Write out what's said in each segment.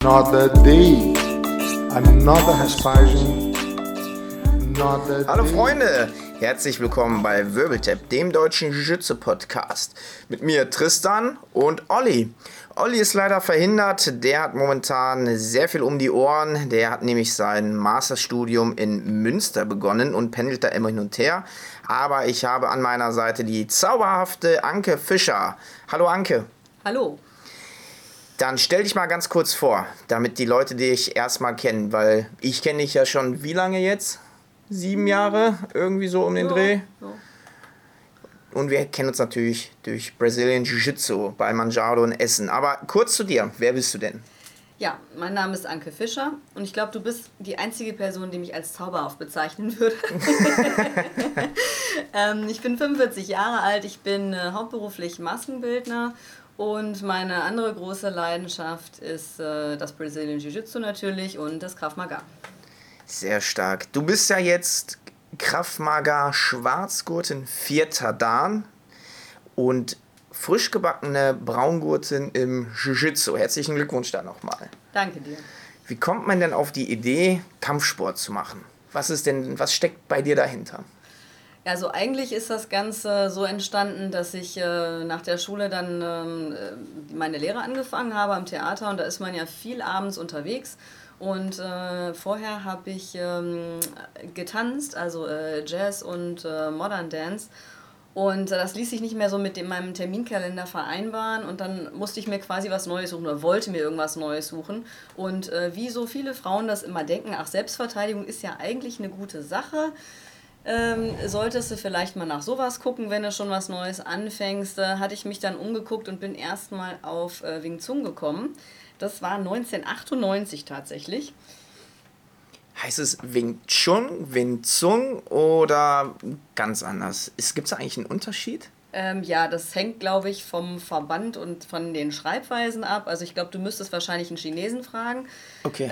Another day, another Aspersion, another Hallo day. Freunde, herzlich willkommen bei Wirbeltap, dem deutschen Jiu-Jitsu-Podcast. Mit mir Tristan und Olli. Olli ist leider verhindert, der hat momentan sehr viel um die Ohren. Der hat nämlich sein Masterstudium in Münster begonnen und pendelt da immer hin und her. Aber ich habe an meiner Seite die zauberhafte Anke Fischer. Hallo Anke. Hallo. Dann stell dich mal ganz kurz vor, damit die Leute dich erstmal kennen, weil ich kenne dich ja schon wie lange jetzt? 7 Jahre, irgendwie so um den Dreh. Ja. Und wir kennen uns natürlich durch Brazilian Jiu-Jitsu bei Manjaro in Essen. Aber kurz zu dir, wer bist du denn? Ja, mein Name ist Anke Fischer und ich glaube, du bist die einzige Person, die mich als zauberhaft bezeichnen würde. Ich bin 45 Jahre alt, ich bin hauptberuflich Maskenbildner und meine andere große Leidenschaft ist das Brazilian Jiu-Jitsu natürlich und das Krav Maga. Sehr stark. Du bist ja jetzt Krav Maga Schwarzgurtin 4. Dan und frisch gebackene Braungurtin im Jiu-Jitsu. Herzlichen Glückwunsch da nochmal. Danke dir. Wie kommt man denn auf die Idee, Kampfsport zu machen? Was steckt bei dir dahinter? Also eigentlich ist das Ganze so entstanden, dass ich nach der Schule dann meine Lehre angefangen habe am Theater und da ist man ja viel abends unterwegs. Und vorher habe ich getanzt, also Jazz und Modern Dance. Und das ließ sich nicht mehr so mit meinem Terminkalender vereinbaren. Und dann musste ich mir quasi was Neues suchen oder wollte mir irgendwas Neues suchen. Und wie so viele Frauen das immer denken, ach, Selbstverteidigung ist ja eigentlich eine gute Sache. Solltest du vielleicht mal nach sowas gucken, wenn du schon was Neues anfängst. Hatte ich mich dann umgeguckt und bin erstmal auf Wing Chun gekommen. Das war 1998 tatsächlich. Heißt es Wing Chun, Wing Chun oder ganz anders? Gibt es da eigentlich einen Unterschied? Ja, das hängt, glaube ich, vom Verband und von den Schreibweisen ab. Also ich glaube, du müsstest wahrscheinlich einen Chinesen fragen. Okay.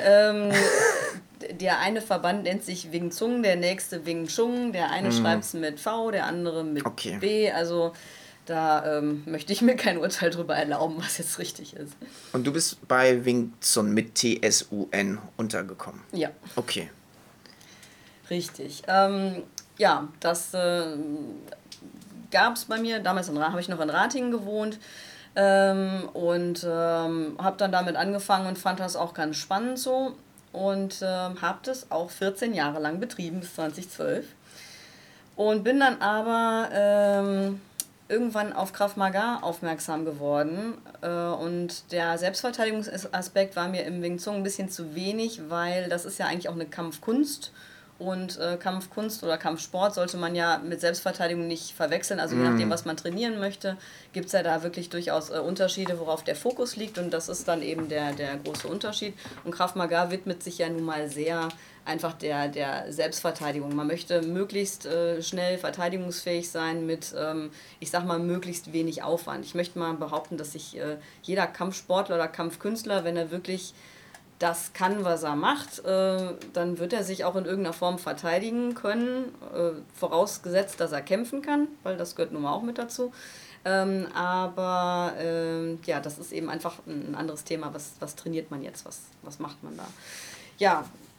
Der eine Verband nennt sich Wing Chun, der nächste Wing Chun. Der eine schreibt es mit V, der andere mit B. Also da möchte ich mir kein Urteil drüber erlauben, was jetzt richtig ist. Und du bist bei Wing Chun mit TSUN untergekommen? Ja. Okay. Richtig. Ja, das gab es bei mir. Damals habe ich noch in Ratingen gewohnt und habe dann damit angefangen und fand das auch ganz spannend so. Und habe das auch 14 Jahre lang betrieben, bis 2012. Und bin dann aber irgendwann auf Krav Maga aufmerksam geworden. Und der Selbstverteidigungsaspekt war mir im Wing Chun ein bisschen zu wenig, weil das ist ja eigentlich auch eine Kampfkunst. Und Kampfkunst oder Kampfsport sollte man ja mit Selbstverteidigung nicht verwechseln. Also je nachdem, was man trainieren möchte, gibt es ja da wirklich durchaus Unterschiede, worauf der Fokus liegt. Und das ist dann eben der große Unterschied. Und Krav Maga widmet sich ja nun mal sehr einfach der Selbstverteidigung. Man möchte möglichst schnell verteidigungsfähig sein mit, ich sag mal, möglichst wenig Aufwand. Ich möchte mal behaupten, dass sich jeder Kampfsportler oder Kampfkünstler, wenn er wirklich das kann, was er macht, dann wird er sich auch in irgendeiner Form verteidigen können, vorausgesetzt, dass er kämpfen kann, weil das gehört nun mal auch mit dazu. Aber ja, das ist eben einfach ein anderes Thema. Was trainiert man jetzt? Was macht man da? Ja.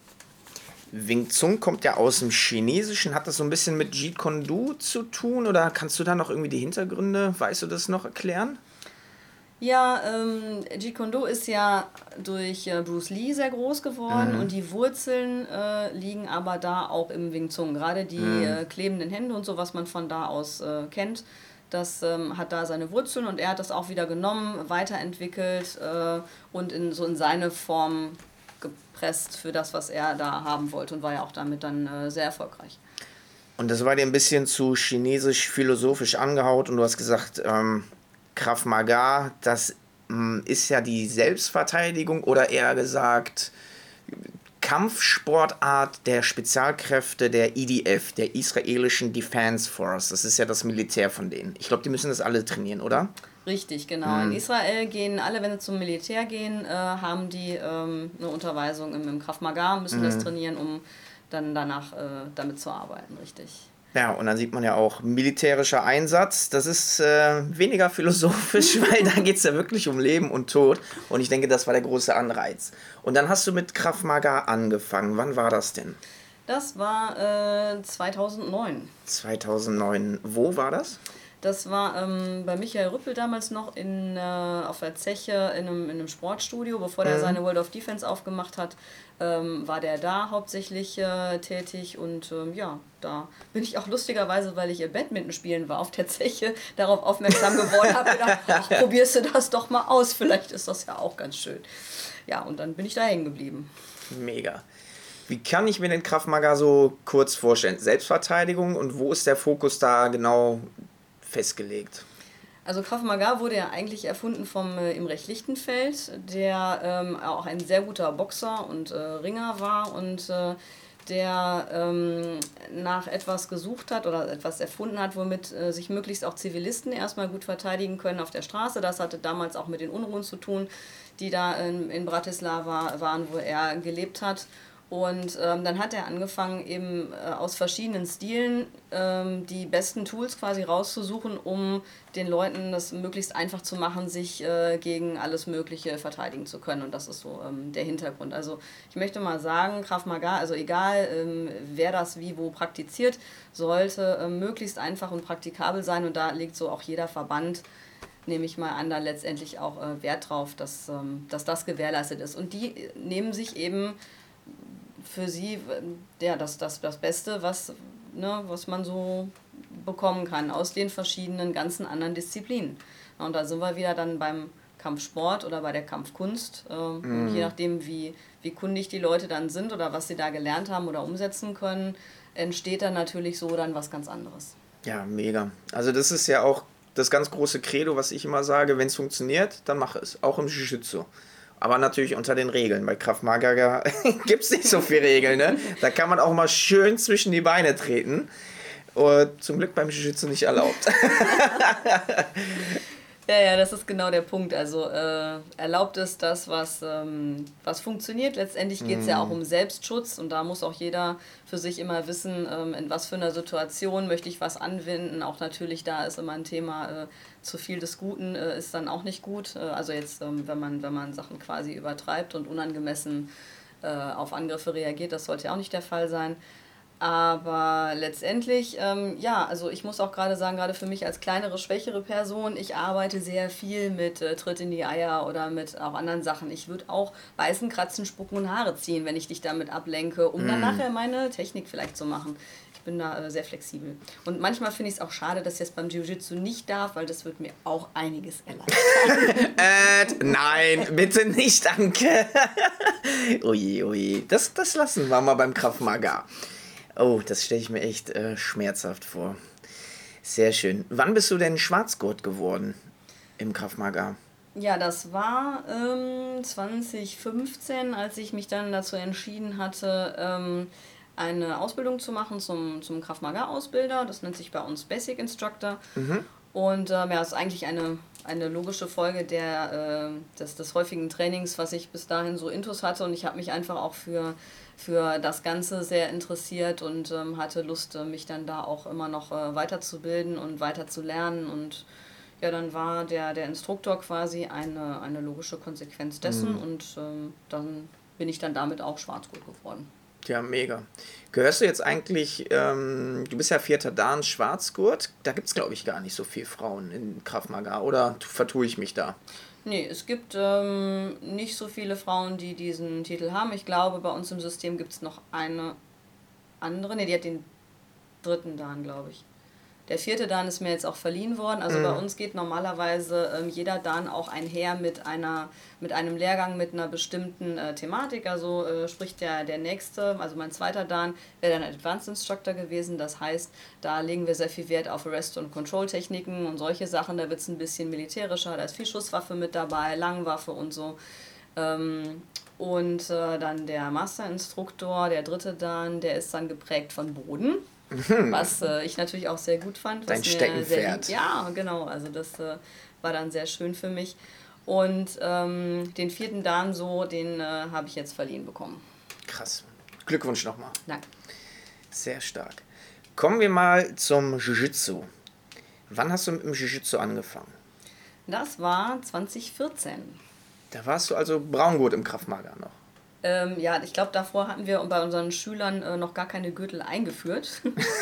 Wing Chun kommt ja aus dem Chinesischen. Hat das so ein bisschen mit Jeet Kune Do zu tun? Oder kannst du da noch irgendwie die Hintergründe, weißt du das noch, erklären? Ja, Jeet Kune Do ist ja durch Bruce Lee sehr groß geworden und die Wurzeln liegen aber da auch im Wing Chun. Gerade die klebenden Hände und so, was man von da aus kennt, das hat da seine Wurzeln und er hat das auch wieder genommen, weiterentwickelt und in seine Form gepresst für das, was er da haben wollte und war ja auch damit dann sehr erfolgreich. Und das war dir ein bisschen zu chinesisch-philosophisch angehaut und du hast gesagt, Krav Maga, das ist ja die Selbstverteidigung oder eher gesagt Kampfsportart der Spezialkräfte der IDF, der israelischen Defense Force. Das ist ja das Militär von denen. Ich glaube, die müssen das alle trainieren, oder? Richtig, genau. In Israel gehen alle, wenn sie zum Militär gehen, haben die eine Unterweisung im Krav Maga, müssen das trainieren, um dann danach damit zu arbeiten, richtig. Ja, und dann sieht man ja auch militärischer Einsatz. Das ist weniger philosophisch, weil da geht es ja wirklich um Leben und Tod. Und ich denke, das war der große Anreiz. Und dann hast du mit Krav Maga angefangen. Wann war das denn? Das war 2009. 2009. Wo war das? Das war bei Michael Rüppel damals noch auf der Zeche in einem Sportstudio, bevor der seine World of Defense aufgemacht hat, war der da hauptsächlich tätig und ja, da bin ich auch lustigerweise, weil ich Badminton spielen war auf der Zeche, darauf aufmerksam geworden, habe gedacht, ach, probierst du das doch mal aus, vielleicht ist das ja auch ganz schön. Ja, und dann bin ich da hängen geblieben. Mega. Wie kann ich mir den Krav Maga so kurz vorstellen? Selbstverteidigung und wo ist der Fokus da genau festgelegt? Also Krav Maga wurde ja eigentlich erfunden vom Imrech Lichtenfeld, der auch ein sehr guter Boxer und Ringer war und der nach etwas gesucht hat oder etwas erfunden hat, womit sich möglichst auch Zivilisten erstmal gut verteidigen können auf der Straße. Das hatte damals auch mit den Unruhen zu tun, die da in Bratislava waren, wo er gelebt hat. Und dann hat er angefangen, eben aus verschiedenen Stilen die besten Tools quasi rauszusuchen, um den Leuten das möglichst einfach zu machen, sich gegen alles Mögliche verteidigen zu können. Und das ist so der Hintergrund. Also ich möchte mal sagen, Krav Maga, also egal wer das wie wo praktiziert, sollte möglichst einfach und praktikabel sein. Und da legt so auch jeder Verband, nehme ich mal an, da letztendlich auch Wert drauf, dass das gewährleistet ist. Und die nehmen sich eben für sie ja, das Beste, was man so bekommen kann aus den verschiedenen ganzen anderen Disziplinen. Und da sind wir wieder dann beim Kampfsport oder bei der Kampfkunst. Und je nachdem, wie kundig die Leute dann sind oder was sie da gelernt haben oder umsetzen können, entsteht dann natürlich so dann was ganz anderes. Ja, mega. Also das ist ja auch das ganz große Credo, was ich immer sage, wenn es funktioniert, dann mach es. Auch im Jiu-Jitsu. Aber natürlich unter den Regeln. Bei Krav Maga gibt es nicht so viele Regeln. Ne? Da kann man auch mal schön zwischen die Beine treten. Und zum Glück beim Jiu-Jitsu nicht erlaubt. Ja, das ist genau der Punkt. Also erlaubt ist das, was funktioniert. Letztendlich geht es ja auch um Selbstschutz und da muss auch jeder für sich immer wissen, in was für einer Situation möchte ich was anwenden. Auch natürlich, da ist immer ein Thema, zu viel des Guten ist dann auch nicht gut. Also jetzt, wenn man Sachen quasi übertreibt und unangemessen auf Angriffe reagiert, das sollte ja auch nicht der Fall sein. Aber letztendlich, also ich muss auch gerade sagen, gerade für mich als kleinere, schwächere Person, ich arbeite sehr viel mit Tritt in die Eier oder mit auch anderen Sachen. Ich würde auch beißen, kratzen, spucken und Haare ziehen, wenn ich dich damit ablenke, um dann nachher meine Technik vielleicht zu machen. Ich bin da sehr flexibel. Und manchmal finde ich es auch schade, dass ich das beim Jiu-Jitsu nicht darf, weil das wird mir auch einiges erleichtern. Nein, bitte nicht, danke. Oje, oje. Das lassen wir mal beim Krav Maga. Oh, das stelle ich mir echt schmerzhaft vor. Sehr schön. Wann bist du denn Schwarzgurt geworden im Krav Maga? Ja, das war 2015, als ich mich dann dazu entschieden hatte, eine Ausbildung zu machen zum Krav Maga Ausbilder. Das nennt sich bei uns Basic Instructor. Und das ist eigentlich eine logische Folge des häufigen Trainings, was ich bis dahin so intus hatte. Und ich habe mich einfach auch für das Ganze sehr interessiert und hatte Lust, mich dann da auch immer noch weiterzubilden und weiter zu lernen. Und ja, dann war der Instruktor quasi eine logische Konsequenz dessen und dann bin ich dann damit auch Schwarzgurt geworden. Ja, mega. Gehörst du jetzt eigentlich, du bist ja 4. Dan Schwarzgurt, da gibt es glaube ich gar nicht so viele Frauen in Krav Maga, oder vertue ich mich da? Nee, es gibt nicht so viele Frauen, die diesen Titel haben. Ich glaube, bei uns im System gibt es noch eine andere. Nee, die hat den 3. Dan, glaube ich. Der 4. Dan ist mir jetzt auch verliehen worden. Also bei uns geht normalerweise jeder Dan auch einher mit einem Lehrgang mit einer bestimmten Thematik. Also sprich der nächste, also mein 2. Dan, wäre dann Advanced Instructor gewesen. Das heißt, da legen wir sehr viel Wert auf Arrest- und Control-Techniken und solche Sachen. Da wird es ein bisschen militärischer. Da ist viel Schusswaffe mit dabei, Langwaffe und so. Und dann der Master-Instruktor, der 3. Dan, der ist dann geprägt von Boden. Was ich natürlich auch sehr gut fand. Dein Steckenpferd. Ja, genau. Also das war dann sehr schön für mich. Und den 4. Dan den habe ich jetzt verliehen bekommen. Krass. Glückwunsch nochmal. Danke. Sehr stark. Kommen wir mal zum Jiu-Jitsu. Wann hast du mit dem Jiu-Jitsu angefangen? Das war 2014. Da warst du also Braungurt im Krav Maga noch. Ja, ich glaube, davor hatten wir bei unseren Schülern noch gar keine Gürtel eingeführt.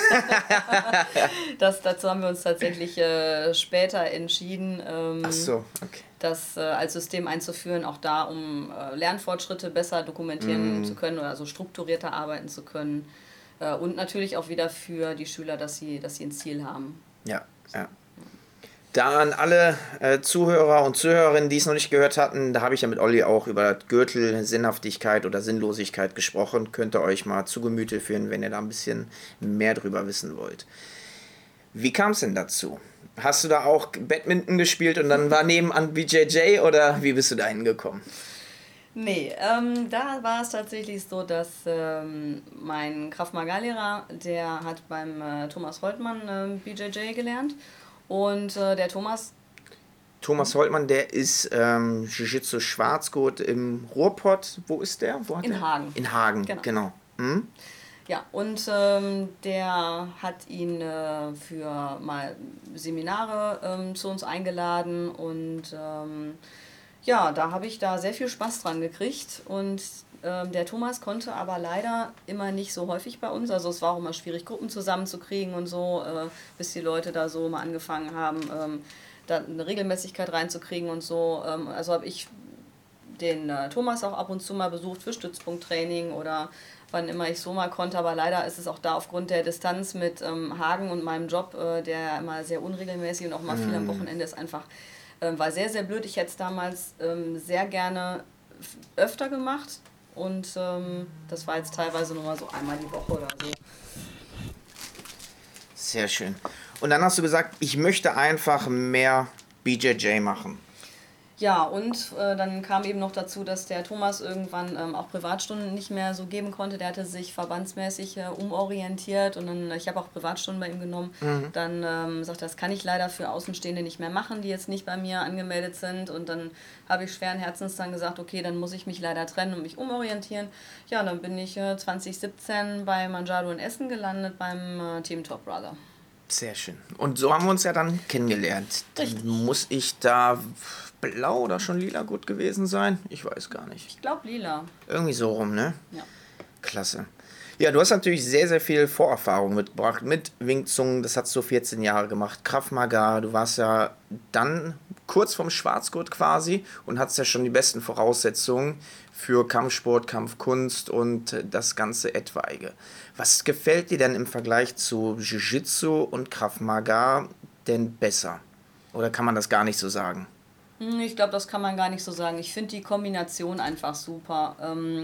Dazu haben wir uns tatsächlich später entschieden, Ach so, okay. das als System einzuführen, auch da, um Lernfortschritte besser dokumentieren zu können oder so strukturierter arbeiten zu können. Und natürlich auch wieder für die Schüler, dass sie ein Ziel haben. Ja. Da an alle Zuhörer und Zuhörerinnen, die es noch nicht gehört hatten, da habe ich ja mit Olli auch über Gürtel, Sinnhaftigkeit oder Sinnlosigkeit gesprochen. Könnt ihr euch mal zu Gemüte führen, wenn ihr da ein bisschen mehr drüber wissen wollt. Wie kam es denn dazu? Hast du da auch Badminton gespielt und dann war nebenan BJJ oder wie bist du da hingekommen? Nee, da war es tatsächlich so, dass mein Krav Maga-Lehrer, der hat beim Thomas Holtmann BJJ gelernt. Und der Thomas Holtmann, der ist Jiu-Jitsu Schwarzgurt im Ruhrpott. Wo ist der? In Hagen. In Hagen, genau. Hm? Ja, und der hat ihn für mal Seminare zu uns eingeladen und ja, da habe ich da sehr viel Spaß dran gekriegt und der Thomas konnte aber leider immer nicht so häufig bei uns, also es war auch immer schwierig, Gruppen zusammenzukriegen und so, bis die Leute da so mal angefangen haben, da eine Regelmäßigkeit reinzukriegen und so. Also habe ich den Thomas auch ab und zu mal besucht für Stützpunkttraining oder wann immer ich so mal konnte, aber leider ist es auch da aufgrund der Distanz mit Hagen und meinem Job, der immer sehr unregelmäßig und auch mal viel am Wochenende ist, einfach war sehr, sehr blöd. Ich hätte es damals sehr gerne öfter gemacht. Und das war jetzt teilweise nur mal so einmal die Woche oder so. Sehr schön. Und dann hast du gesagt, ich möchte einfach mehr BJJ machen. Ja, und dann kam eben noch dazu, dass der Thomas irgendwann auch Privatstunden nicht mehr so geben konnte. Der hatte sich verbandsmäßig umorientiert und dann, ich habe auch Privatstunden bei ihm genommen. Dann sagt er, das kann ich leider für Außenstehende nicht mehr machen, die jetzt nicht bei mir angemeldet sind. Und dann habe ich schweren Herzens dann gesagt, okay, dann muss ich mich leider trennen und mich umorientieren. Ja, dann bin ich 2017 bei Manjaro in Essen gelandet beim Team Top Brother. Sehr schön. Und so haben wir uns ja dann kennengelernt. Richtig. Muss ich da blau oder schon lila gut gewesen sein? Ich weiß gar nicht. Ich glaube lila. Irgendwie so rum, ne? Ja. Klasse. Ja, du hast natürlich sehr, sehr viel Vorerfahrung mitgebracht mit Wing Chun. Das hast du 14 Jahre gemacht. Krav Maga. Du warst ja dann kurz vorm Schwarzgurt quasi und hattest ja schon die besten Voraussetzungen für Kampfsport, Kampfkunst und das ganze Etwaige. Was gefällt dir denn im Vergleich zu Jiu-Jitsu und Krav Maga denn besser? Oder kann man das gar nicht so sagen? Ich glaube, das kann man gar nicht so sagen. Ich finde die Kombination einfach super.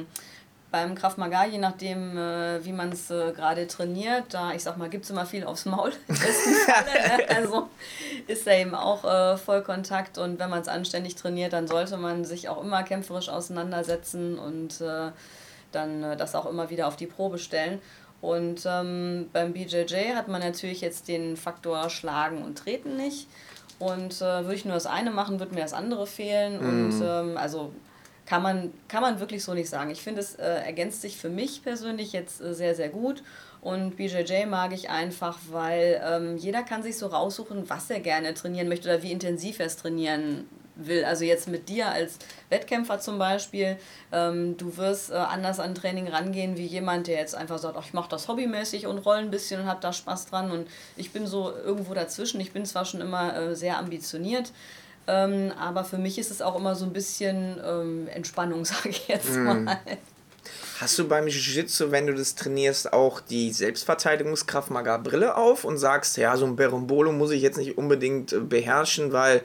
Beim Krav Maga, je nachdem, wie man es gerade trainiert, da, ich sag mal, gibt es immer viel aufs Maul. Im besten Falle, ne? Also ist da eben auch Vollkontakt und wenn man es anständig trainiert, dann sollte man sich auch immer kämpferisch auseinandersetzen und dann das auch immer wieder auf die Probe stellen. Und beim BJJ hat man natürlich jetzt den Faktor Schlagen und Treten nicht. Und würde ich nur das eine machen, würde mir das andere fehlen. Und also kann man wirklich so nicht sagen. Ich finde, es ergänzt sich für mich persönlich jetzt sehr, sehr gut. Und BJJ mag ich einfach, weil jeder kann sich so raussuchen, was er gerne trainieren möchte oder wie intensiv er es trainieren will. Also jetzt mit dir als Wettkämpfer zum Beispiel, du wirst anders an Training rangehen wie jemand, der jetzt einfach sagt, ach, ich mache das hobbymäßig und roll ein bisschen und habe da Spaß dran und ich bin so irgendwo dazwischen. Ich bin zwar schon immer sehr ambitioniert, aber für mich ist es auch immer so ein bisschen Entspannung, sage ich jetzt mal. Hast du beim Jiu-Jitsu, wenn du das trainierst, auch die Selbstverteidigungskraft Maga Brille auf und sagst, ja, so ein Berimbolo muss ich jetzt nicht unbedingt beherrschen, weil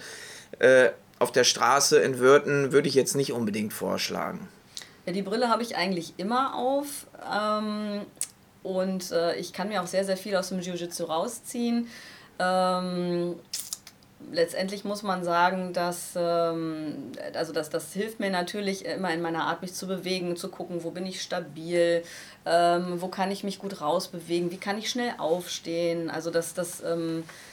auf der Straße in Wörthen würde ich jetzt nicht unbedingt vorschlagen? Ja, die Brille habe ich eigentlich immer auf und ich kann mir auch sehr, sehr viel aus dem Jiu-Jitsu rausziehen. Letztendlich muss man sagen, dass das hilft mir natürlich immer in meiner Art, mich zu bewegen, zu gucken, wo bin ich stabil, wo kann ich mich gut rausbewegen, wie kann ich schnell aufstehen. Also das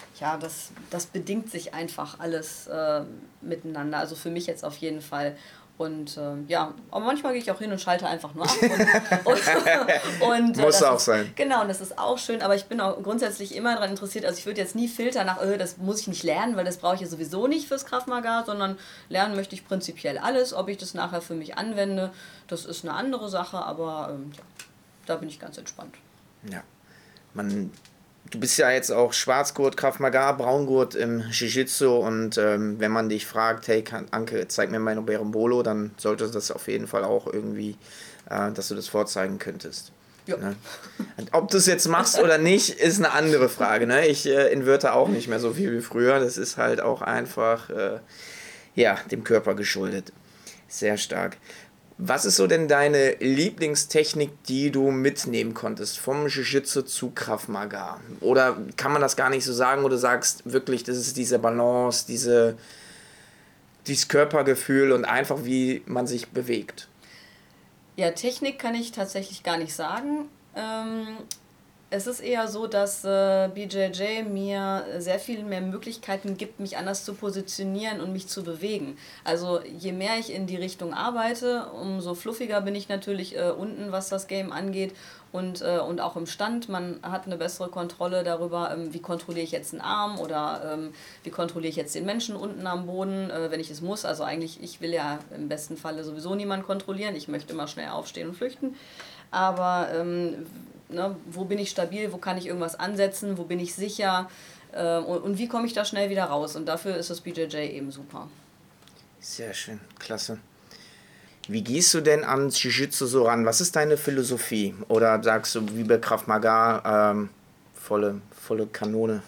bedingt sich einfach alles miteinander. Also für mich jetzt auf jeden Fall. Und ja, aber manchmal gehe ich auch hin und schalte einfach nur ab. Und Muss auch ist, sein. Genau, und das ist auch schön, aber ich bin auch grundsätzlich immer daran interessiert, also ich würde jetzt nie filtern nach, das muss ich nicht lernen, weil das brauche ich ja sowieso nicht fürs Krav Maga, sondern lernen möchte ich prinzipiell alles. Ob ich das nachher für mich anwende, das ist eine andere Sache, aber ja, da bin ich ganz entspannt. Ja, du bist ja jetzt auch Schwarzgurt, Krav Maga, Braungurt im Jiu-Jitsu und wenn man dich fragt, hey Anke, zeig mir meine Berimbolo, dann sollte das auf jeden Fall auch irgendwie, dass du das vorzeigen könntest. Ja. Ne? Ob du es jetzt machst oder nicht, ist eine andere Frage. Ne? Ich inverte auch nicht mehr so viel wie früher. Das ist halt auch einfach dem Körper geschuldet. Sehr stark. Was ist so denn deine Lieblingstechnik, die du mitnehmen konntest, vom Jiu-Jitsu zu Krav Maga? Oder kann man das gar nicht so sagen, oder sagst wirklich, das ist diese Balance, dieses Körpergefühl und einfach, wie man sich bewegt? Ja, Technik kann ich tatsächlich gar nicht sagen. Es ist eher so, dass BJJ mir sehr viel mehr Möglichkeiten gibt, mich anders zu positionieren und mich zu bewegen. Also je mehr ich in die Richtung arbeite, umso fluffiger bin ich natürlich unten, was das Game angeht und auch im Stand. Man hat eine bessere Kontrolle darüber, wie kontrolliere ich jetzt einen Arm oder wie kontrolliere ich jetzt den Menschen unten am Boden, wenn ich es muss. Also eigentlich, ich will ja im besten Falle sowieso niemanden kontrollieren. Ich möchte immer schnell aufstehen und flüchten. Aber wo bin ich stabil, wo kann ich irgendwas ansetzen, wo bin ich sicher und wie komme ich da schnell wieder raus. Und dafür ist das BJJ eben super. Sehr schön, klasse. Wie gehst du denn an Jiu-Jitsu so ran? Was ist deine Philosophie? Oder sagst du, wie bei Krav Maga, volle Kanone?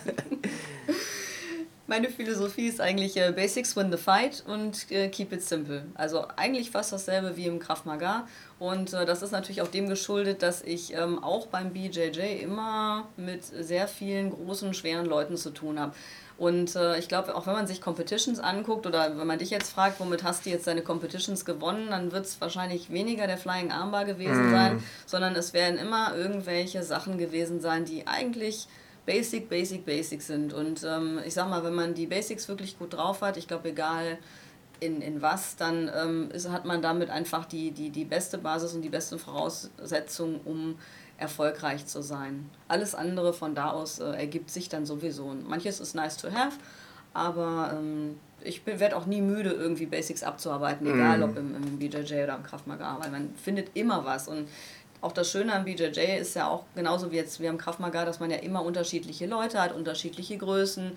Meine Philosophie ist eigentlich Basics win the fight und keep it simple. Also eigentlich fast dasselbe wie im Krav Maga. Und das ist natürlich auch dem geschuldet, dass ich auch beim BJJ immer mit sehr vielen großen, schweren Leuten zu tun habe. Und ich glaube, auch wenn man sich Competitions anguckt oder wenn man dich jetzt fragt, womit hast du jetzt deine Competitions gewonnen, dann wird es wahrscheinlich weniger der Flying Armbar gewesen sein, sondern es werden immer irgendwelche Sachen gewesen sein, die eigentlich Basic sind. Und ich sag mal, wenn man die Basics wirklich gut drauf hat, ich glaube, egal in was, dann hat man damit einfach die beste Basis und die besten Voraussetzungen, um erfolgreich zu sein. Alles andere von da aus ergibt sich dann sowieso. Und manches ist nice to have, aber ich werde auch nie müde, irgendwie Basics abzuarbeiten, egal ob im BJJ oder im Krav Maga, weil man findet immer was. Und auch das Schöne am BJJ ist ja auch genauso wie jetzt wie am Krav Maga, dass man ja immer unterschiedliche Leute hat, unterschiedliche Größen,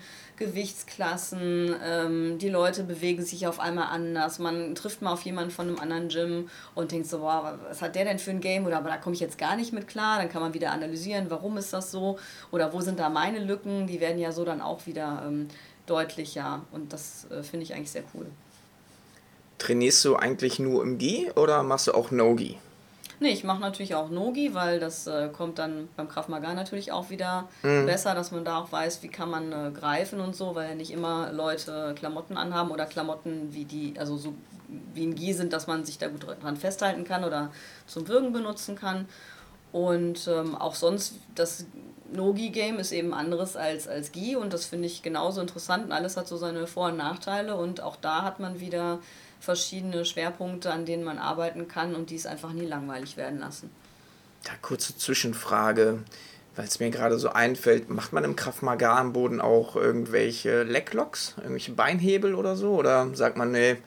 Gewichtsklassen, die Leute bewegen sich auf einmal anders, man trifft mal auf jemanden von einem anderen Gym und denkt so, wow, was hat der denn für ein Game, oder aber da komme ich jetzt gar nicht mit klar, dann kann man wieder analysieren, warum ist das so oder wo sind da meine Lücken, die werden ja so dann auch wieder deutlicher und das finde ich eigentlich sehr cool. Trainierst du eigentlich nur im Gi oder machst du auch No-Gi? Nee, ich mache natürlich auch Nogi, weil das kommt dann beim Krav Maga natürlich auch wieder besser, dass man da auch weiß, wie kann man greifen und so, weil ja nicht immer Leute Klamotten anhaben oder Klamotten also so wie ein Gi sind, dass man sich da gut dran festhalten kann oder zum Würgen benutzen kann. Und auch sonst, das No-Gi-Game ist eben anderes als Gi und das finde ich genauso interessant und alles hat so seine Vor- und Nachteile und auch da hat man wieder verschiedene Schwerpunkte, an denen man arbeiten kann und die es einfach nie langweilig werden lassen. Da kurze Zwischenfrage, weil es mir gerade so einfällt, macht man im Krav Maga am Boden auch irgendwelche Leglocks, irgendwelche Beinhebel oder so? Oder sagt man, nee,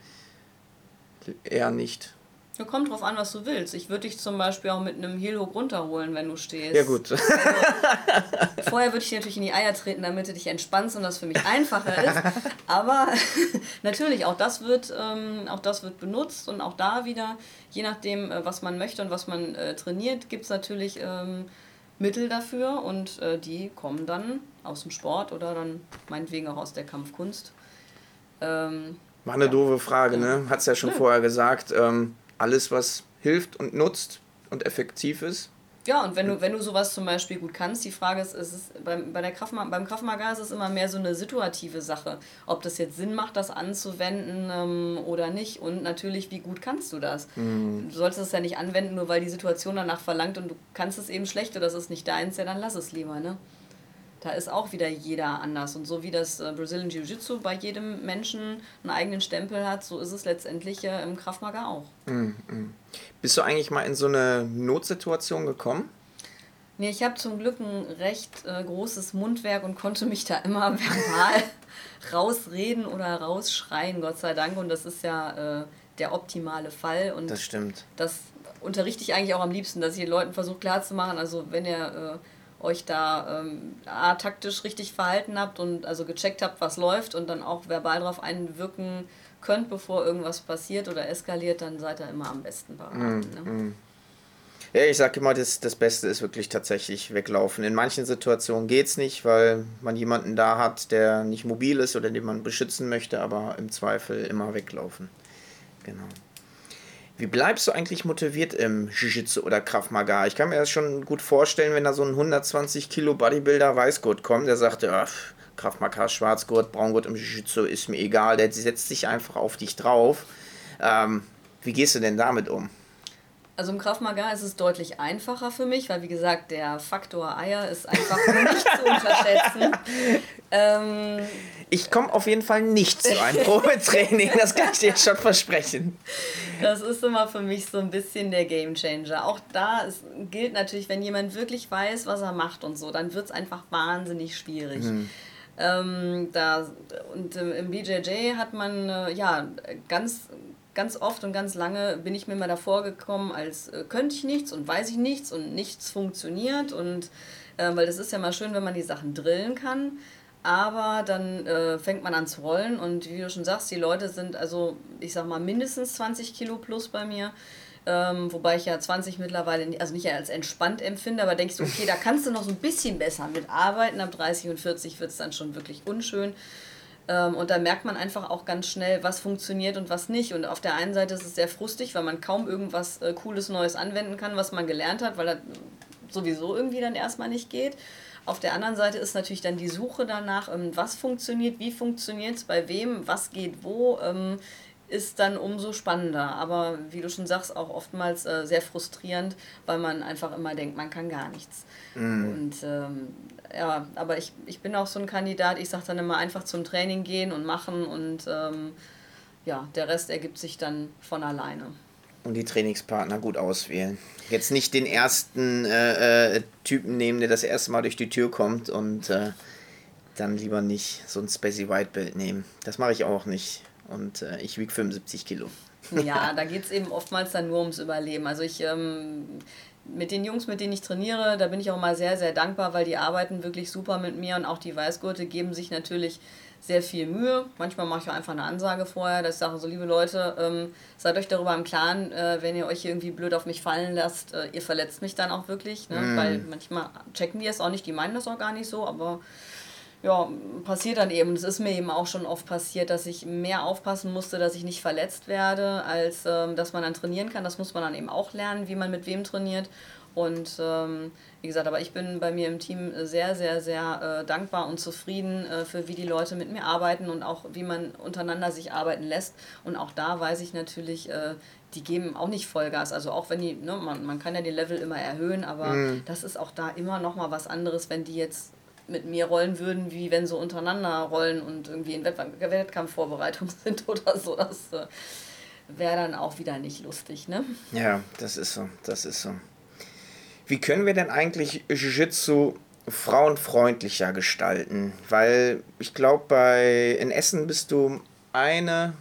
eher nicht? Ja, kommt drauf an, was du willst. Ich würde dich zum Beispiel auch mit einem Heel-Hook runterholen, wenn du stehst. Ja gut. Also, vorher würde ich dir natürlich in die Eier treten, damit du dich entspannst und das für mich einfacher ist. Aber natürlich, auch das wird benutzt und auch da wieder, je nachdem, was man möchte und was man trainiert, gibt es natürlich Mittel dafür und die kommen dann aus dem Sport oder dann meinetwegen auch aus der Kampfkunst. War eine doofe Frage, ne? Hat's ja schon vorher gesagt. Alles, was hilft und nutzt und effektiv ist. Ja, und wenn du sowas zum Beispiel gut kannst, die Frage ist beim Krav Maga ist es immer mehr so eine situative Sache, ob das jetzt Sinn macht, das anzuwenden oder nicht. Und natürlich, wie gut kannst du das? Du solltest es ja nicht anwenden, nur weil die Situation danach verlangt und du kannst es eben schlecht oder das ist nicht deins, ja dann lass es lieber, ne? da ist auch wieder jeder anders. Und so wie das Brazilian Jiu-Jitsu bei jedem Menschen einen eigenen Stempel hat, so ist es letztendlich im Krav Maga auch. Bist du eigentlich mal in so eine Notsituation gekommen? Nee, ich habe zum Glück ein recht großes Mundwerk und konnte mich da immer verbal rausreden oder rausschreien, Gott sei Dank. Und das ist ja der optimale Fall. Und das stimmt. Das unterrichte ich eigentlich auch am liebsten, dass ich den Leuten versuche klarzumachen, also wenn ihr euch da taktisch richtig verhalten habt und also gecheckt habt, was läuft und dann auch verbal darauf einwirken könnt, bevor irgendwas passiert oder eskaliert, dann seid ihr immer am besten beraten. Ne? Ja, ich sage immer, das Beste ist wirklich tatsächlich weglaufen. In manchen Situationen geht es nicht, weil man jemanden da hat, der nicht mobil ist oder den man beschützen möchte, aber im Zweifel immer weglaufen. Genau. Wie bleibst du eigentlich motiviert im Jiu-Jitsu oder Krav Maga? Ich kann mir das schon gut vorstellen, wenn da so ein 120 Kilo Bodybuilder Weißgurt kommt, der sagt, ja, Krav Maga, Schwarzgurt, Braungurt im Jiu-Jitsu ist mir egal, der setzt sich einfach auf dich drauf. Wie gehst du denn damit um? Also im Krav Maga ist es deutlich einfacher für mich, weil wie gesagt, der Faktor Eier ist einfach nicht zu unterschätzen. Ich komme auf jeden Fall nicht zu einem Probetraining, das kann ich dir schon versprechen. Das ist immer für mich so ein bisschen der Gamechanger. Auch da gilt natürlich, wenn jemand wirklich weiß, was er macht und so, dann wird es einfach wahnsinnig schwierig. Im BJJ hat man ganz oft und ganz lange bin ich mir mal davor gekommen, als könnte ich nichts und weiß ich nichts und nichts funktioniert. Und weil das ist ja mal schön, wenn man die Sachen drillen kann. Aber dann fängt man an zu rollen und wie du schon sagst, die Leute sind also, ich sag mal, mindestens 20 Kilo plus bei mir. Wobei ich ja 20 mittlerweile also nicht als entspannt empfinde, aber denkst du, okay, da kannst du noch so ein bisschen besser mitarbeiten. Ab 30 und 40 wird es dann schon wirklich unschön. Und da merkt man einfach auch ganz schnell, was funktioniert und was nicht. Und auf der einen Seite ist es sehr frustig, weil man kaum irgendwas Cooles Neues anwenden kann, was man gelernt hat, weil das sowieso irgendwie dann erstmal nicht geht. Auf der anderen Seite ist natürlich dann die Suche danach, was funktioniert, wie funktioniert es, bei wem, was geht wo, ist dann umso spannender. Aber wie du schon sagst, auch oftmals sehr frustrierend, weil man einfach immer denkt, man kann gar nichts. Und ja, aber ich bin auch so ein Kandidat, ich sage dann immer einfach zum Training gehen und machen und ja, der Rest ergibt sich dann von alleine. Und die Trainingspartner gut auswählen. Jetzt nicht den ersten Typen nehmen, der das erste Mal durch die Tür kommt und dann lieber nicht so ein Spacey White Belt nehmen. Das mache ich auch nicht. Und ich wiege 75 Kilo. Ja, da geht es eben oftmals dann nur ums Überleben. Also ich mit den Jungs, mit denen ich trainiere, da bin ich auch mal sehr, sehr dankbar, weil die arbeiten wirklich super mit mir und auch die Weißgurte geben sich natürlich sehr viel Mühe. Manchmal mache ich auch einfach eine Ansage vorher, dass ich sage, so liebe Leute, seid euch darüber im Klaren, wenn ihr euch irgendwie blöd auf mich fallen lasst, ihr verletzt mich dann auch wirklich, ne? Weil manchmal checken die es auch nicht, die meinen das auch gar nicht so, aber ja, passiert dann eben. Es ist mir eben auch schon oft passiert, dass ich mehr aufpassen musste, dass ich nicht verletzt werde, als dass man dann trainieren kann. Das muss man dann eben auch lernen, wie man mit wem trainiert. Und wie gesagt, aber ich bin bei mir im Team sehr, sehr, sehr dankbar und zufrieden für wie die Leute mit mir arbeiten und auch wie man untereinander sich arbeiten lässt. Und auch da weiß ich natürlich, die geben auch nicht Vollgas. Also auch wenn die, ne, man kann ja den Level immer erhöhen, aber das ist auch da immer noch mal was anderes, wenn die jetzt mit mir rollen würden, wie wenn sie untereinander rollen und irgendwie in Wettkampfvorbereitung sind oder so. Das wäre dann auch wieder nicht lustig, ne? Ja, das ist so. Wie können wir denn eigentlich Jiu-Jitsu frauenfreundlicher gestalten? Weil ich glaube, in Essen bist du eine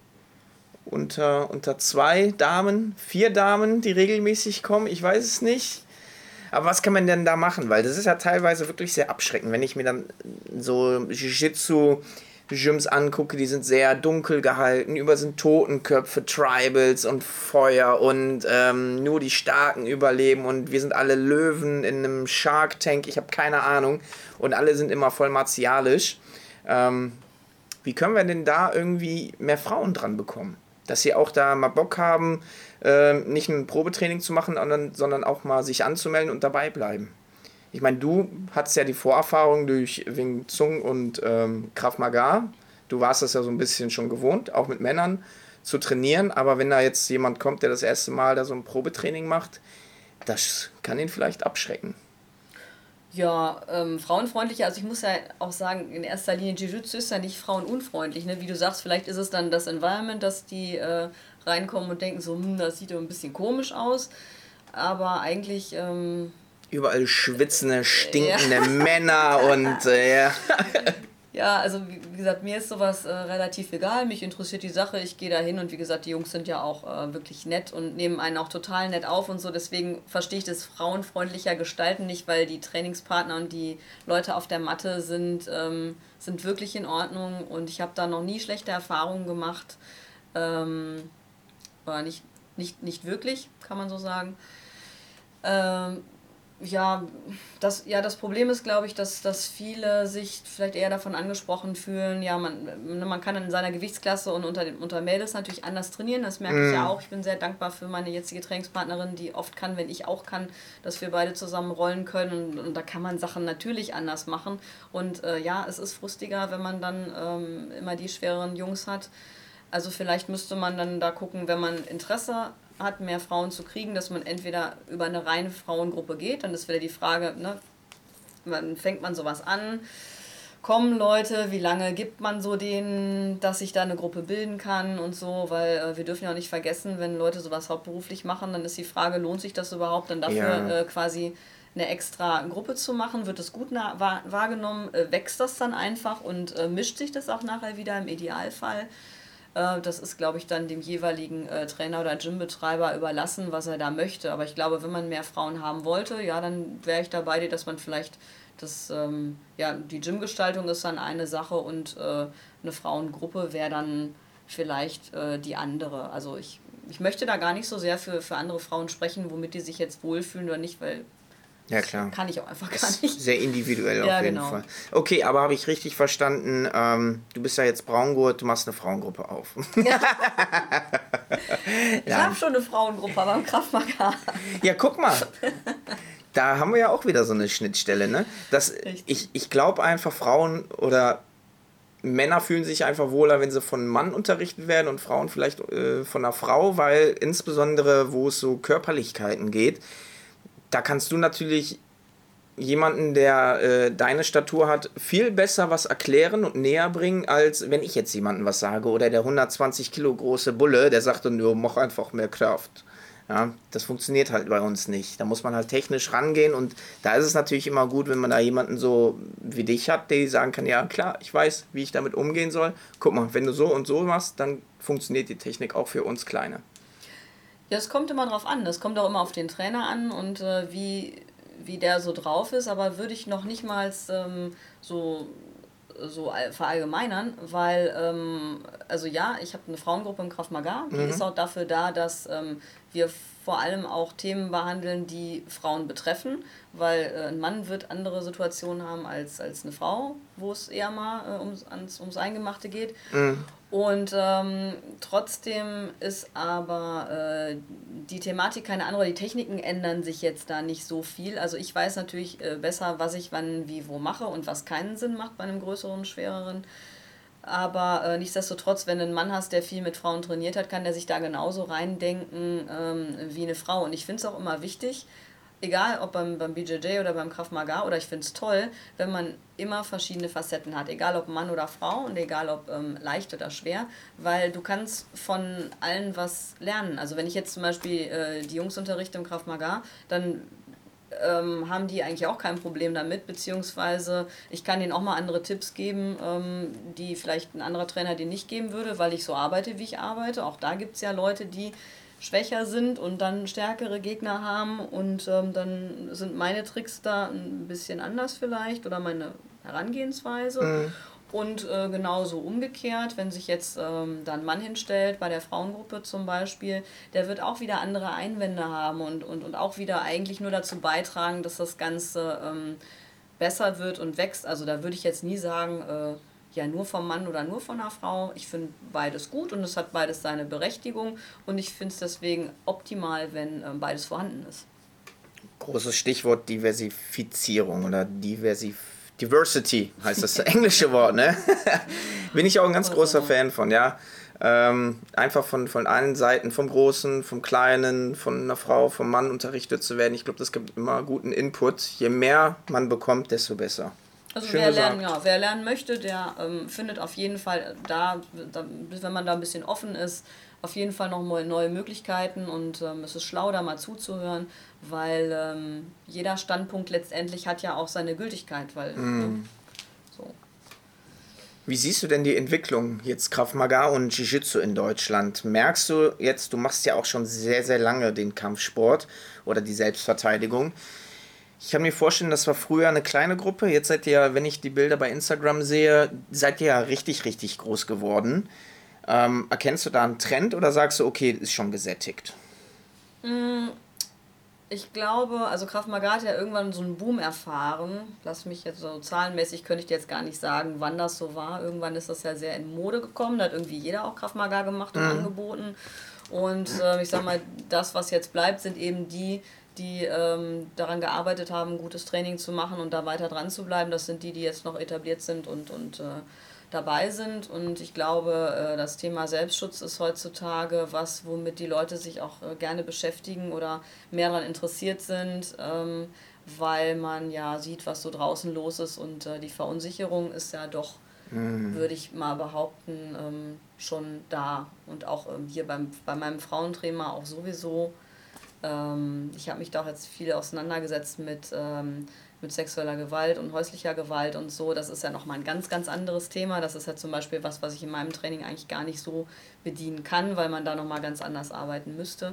unter 2 Damen, 4 Damen, die regelmäßig kommen. Ich weiß es nicht. Aber was kann man denn da machen? Weil das ist ja teilweise wirklich sehr abschreckend, wenn ich mir dann so Jiu-Jitsu-Gyms angucke, die sind sehr dunkel gehalten, über sind Totenköpfe, Tribals und Feuer und nur die Starken überleben und wir sind alle Löwen in einem Shark Tank, ich habe keine Ahnung und alle sind immer voll martialisch. Wie können wir denn da irgendwie mehr Frauen dran bekommen? Dass sie auch da mal Bock haben, nicht ein Probetraining zu machen, sondern auch mal sich anzumelden und dabei bleiben. Ich meine, du hattest ja die Vorerfahrung durch Wing Chun und Krav Maga. Du warst das ja so ein bisschen schon gewohnt, auch mit Männern zu trainieren. Aber wenn da jetzt jemand kommt, der das erste Mal da so ein Probetraining macht, das kann ihn vielleicht abschrecken. Ja, frauenfreundlicher, also ich muss ja auch sagen, in erster Linie Jiu-Jitsu ist ja nicht frauenunfreundlich, ne? Wie du sagst, vielleicht ist es dann das Environment, dass die reinkommen und denken so, das sieht doch ein bisschen komisch aus, aber eigentlich... Überall schwitzende, stinkende Männer und ja. Ja, also wie gesagt, mir ist sowas relativ egal, mich interessiert die Sache, ich gehe da hin und wie gesagt, die Jungs sind ja auch wirklich nett und nehmen einen auch total nett auf und so, deswegen verstehe ich das frauenfreundlicher Gestalten nicht, weil die Trainingspartner und die Leute auf der Matte sind wirklich in Ordnung und ich habe da noch nie schlechte Erfahrungen gemacht, oder nicht wirklich, kann man so sagen. Das Problem ist, glaube ich, dass viele sich vielleicht eher davon angesprochen fühlen, ja, man kann in seiner Gewichtsklasse und unter Mädels natürlich anders trainieren, das merke ich ja auch. Ich bin sehr dankbar für meine jetzige Trainingspartnerin, die oft kann, wenn ich auch kann, dass wir beide zusammen rollen können und da kann man Sachen natürlich anders machen und es ist frustiger, wenn man dann immer die schwereren Jungs hat. Also vielleicht müsste man dann da gucken, wenn man Interesse hat, mehr Frauen zu kriegen, dass man entweder über eine reine Frauengruppe geht, dann ist wieder die Frage, ne, wann fängt man sowas an, kommen Leute, wie lange gibt man so denen, dass sich da eine Gruppe bilden kann und so, weil wir dürfen ja auch nicht vergessen, wenn Leute sowas hauptberuflich machen, dann ist die Frage, lohnt sich das überhaupt, dann dafür quasi eine extra Gruppe zu machen, wird es gut wahrgenommen, wächst das dann einfach und mischt sich das auch nachher wieder im Idealfall. Das ist, glaube ich, dann dem jeweiligen Trainer oder Gymbetreiber überlassen, was er da möchte. Aber ich glaube, wenn man mehr Frauen haben wollte, ja, dann wäre ich da bei dir, dass man vielleicht die Gymgestaltung ist dann eine Sache und eine Frauengruppe wäre dann vielleicht die andere. Also ich möchte da gar nicht so sehr für andere Frauen sprechen, womit die sich jetzt wohlfühlen oder nicht, weil ja, klar. Kann ich auch einfach gar nicht. Sehr individuell auf jeden Fall. Okay, aber habe ich richtig verstanden, du bist ja jetzt Braungurt, du machst eine Frauengruppe auf. Ja. Ich habe schon eine Frauengruppe, aber im Krav Maga. Ja, guck mal. Da haben wir ja auch wieder so eine Schnittstelle, ne? Ich glaube einfach, Frauen oder Männer fühlen sich einfach wohler, wenn sie von einem Mann unterrichtet werden und Frauen vielleicht von einer Frau, weil insbesondere, wo es so Körperlichkeiten geht, da kannst du natürlich jemanden, der deine Statur hat, viel besser was erklären und näher bringen, als wenn ich jetzt jemandem was sage oder der 120 Kilo große Bulle, der sagt dann, mach einfach mehr Kraft. Ja, das funktioniert halt bei uns nicht. Da muss man halt technisch rangehen und da ist es natürlich immer gut, wenn man da jemanden so wie dich hat, der sagen kann, ja klar, ich weiß, wie ich damit umgehen soll. Guck mal, wenn du so und so machst, dann funktioniert die Technik auch für uns Kleine. Ja, es kommt immer drauf an. Es kommt auch immer auf den Trainer an und wie der so drauf ist. Aber würde ich noch nicht mal so verallgemeinern, weil, ich habe eine Frauengruppe im Krav Maga. Die ist auch dafür da, dass wir vor allem auch Themen behandeln, die Frauen betreffen, weil ein Mann wird andere Situationen haben als eine Frau, wo es eher mal ums Eingemachte geht. Und trotzdem ist aber die Thematik keine andere. Die Techniken ändern sich jetzt da nicht so viel. Also ich weiß natürlich besser, was ich wann, wie, wo mache und was keinen Sinn macht bei einem größeren, schwereren. Aber nichtsdestotrotz, wenn du einen Mann hast, der viel mit Frauen trainiert hat, kann der sich da genauso reindenken wie eine Frau. Und ich finde es auch immer wichtig, egal ob beim BJJ oder beim Krav Maga, oder ich finde es toll, wenn man immer verschiedene Facetten hat, egal ob Mann oder Frau und egal ob leicht oder schwer, weil du kannst von allen was lernen. Also wenn ich jetzt zum Beispiel die Jungs unterrichte im Krav Maga, dann haben die eigentlich auch kein Problem damit, beziehungsweise ich kann denen auch mal andere Tipps geben, die vielleicht ein anderer Trainer dir nicht geben würde, weil ich so arbeite, wie ich arbeite. Auch da gibt es ja Leute, die schwächer sind und dann stärkere Gegner haben und dann sind meine Tricks da ein bisschen anders vielleicht oder meine Herangehensweise. Und genauso umgekehrt, wenn sich jetzt da ein Mann hinstellt, bei der Frauengruppe zum Beispiel, der wird auch wieder andere Einwände haben und auch wieder eigentlich nur dazu beitragen, dass das Ganze besser wird und wächst. Also da würde ich jetzt nie sagen, nur vom Mann oder nur von einer Frau. Ich finde beides gut und es hat beides seine Berechtigung und ich finde es deswegen optimal, wenn beides vorhanden ist. Großes Stichwort Diversifizierung oder Diversity heißt das englische Wort, ne? Bin ich auch ein ganz großer Fan von, ja. Einfach von allen Seiten, vom Großen, vom Kleinen, von einer Frau, vom Mann unterrichtet zu werden. Ich glaube, das gibt immer guten Input. Je mehr man bekommt, desto besser. Also Schön wer lernen möchte, der findet auf jeden Fall wenn man da ein bisschen offen ist, auf jeden Fall noch mal neue Möglichkeiten und es ist schlau, da mal zuzuhören, weil jeder Standpunkt letztendlich hat ja auch seine Gültigkeit, weil so. Wie siehst du denn die Entwicklung jetzt Krav Maga und Jiu-Jitsu in Deutschland? Merkst du jetzt, du machst ja auch schon sehr, sehr lange den Kampfsport oder die Selbstverteidigung. Ich kann mir vorstellen, das war früher eine kleine Gruppe. Jetzt seid ihr, wenn ich die Bilder bei Instagram sehe, seid ihr ja richtig, richtig groß geworden. Erkennst du da einen Trend oder sagst du, okay, ist schon gesättigt? Ich glaube, also Krav Maga hat ja irgendwann so einen Boom erfahren. Lass mich jetzt so zahlenmäßig, könnte ich dir jetzt gar nicht sagen, wann das so war. Irgendwann ist das ja sehr in Mode gekommen. Da hat irgendwie jeder auch Krav Maga gemacht und angeboten. Und ich sag mal, das, was jetzt bleibt, sind eben die daran gearbeitet haben, gutes Training zu machen und da weiter dran zu bleiben. Das sind die jetzt noch etabliert sind und dabei sind. Und ich glaube, das Thema Selbstschutz ist heutzutage was, womit die Leute sich auch gerne beschäftigen oder mehr daran interessiert sind, weil man ja sieht, was so draußen los ist. Und die Verunsicherung ist ja doch, würde ich mal behaupten, schon da. Und auch hier bei meinem Frauentrainer auch sowieso. Ich habe mich da auch jetzt viel auseinandergesetzt mit sexueller Gewalt und häuslicher Gewalt und so. Das ist ja nochmal ein ganz, ganz anderes Thema. Das ist ja zum Beispiel was ich in meinem Training eigentlich gar nicht so bedienen kann, weil man da nochmal ganz anders arbeiten müsste.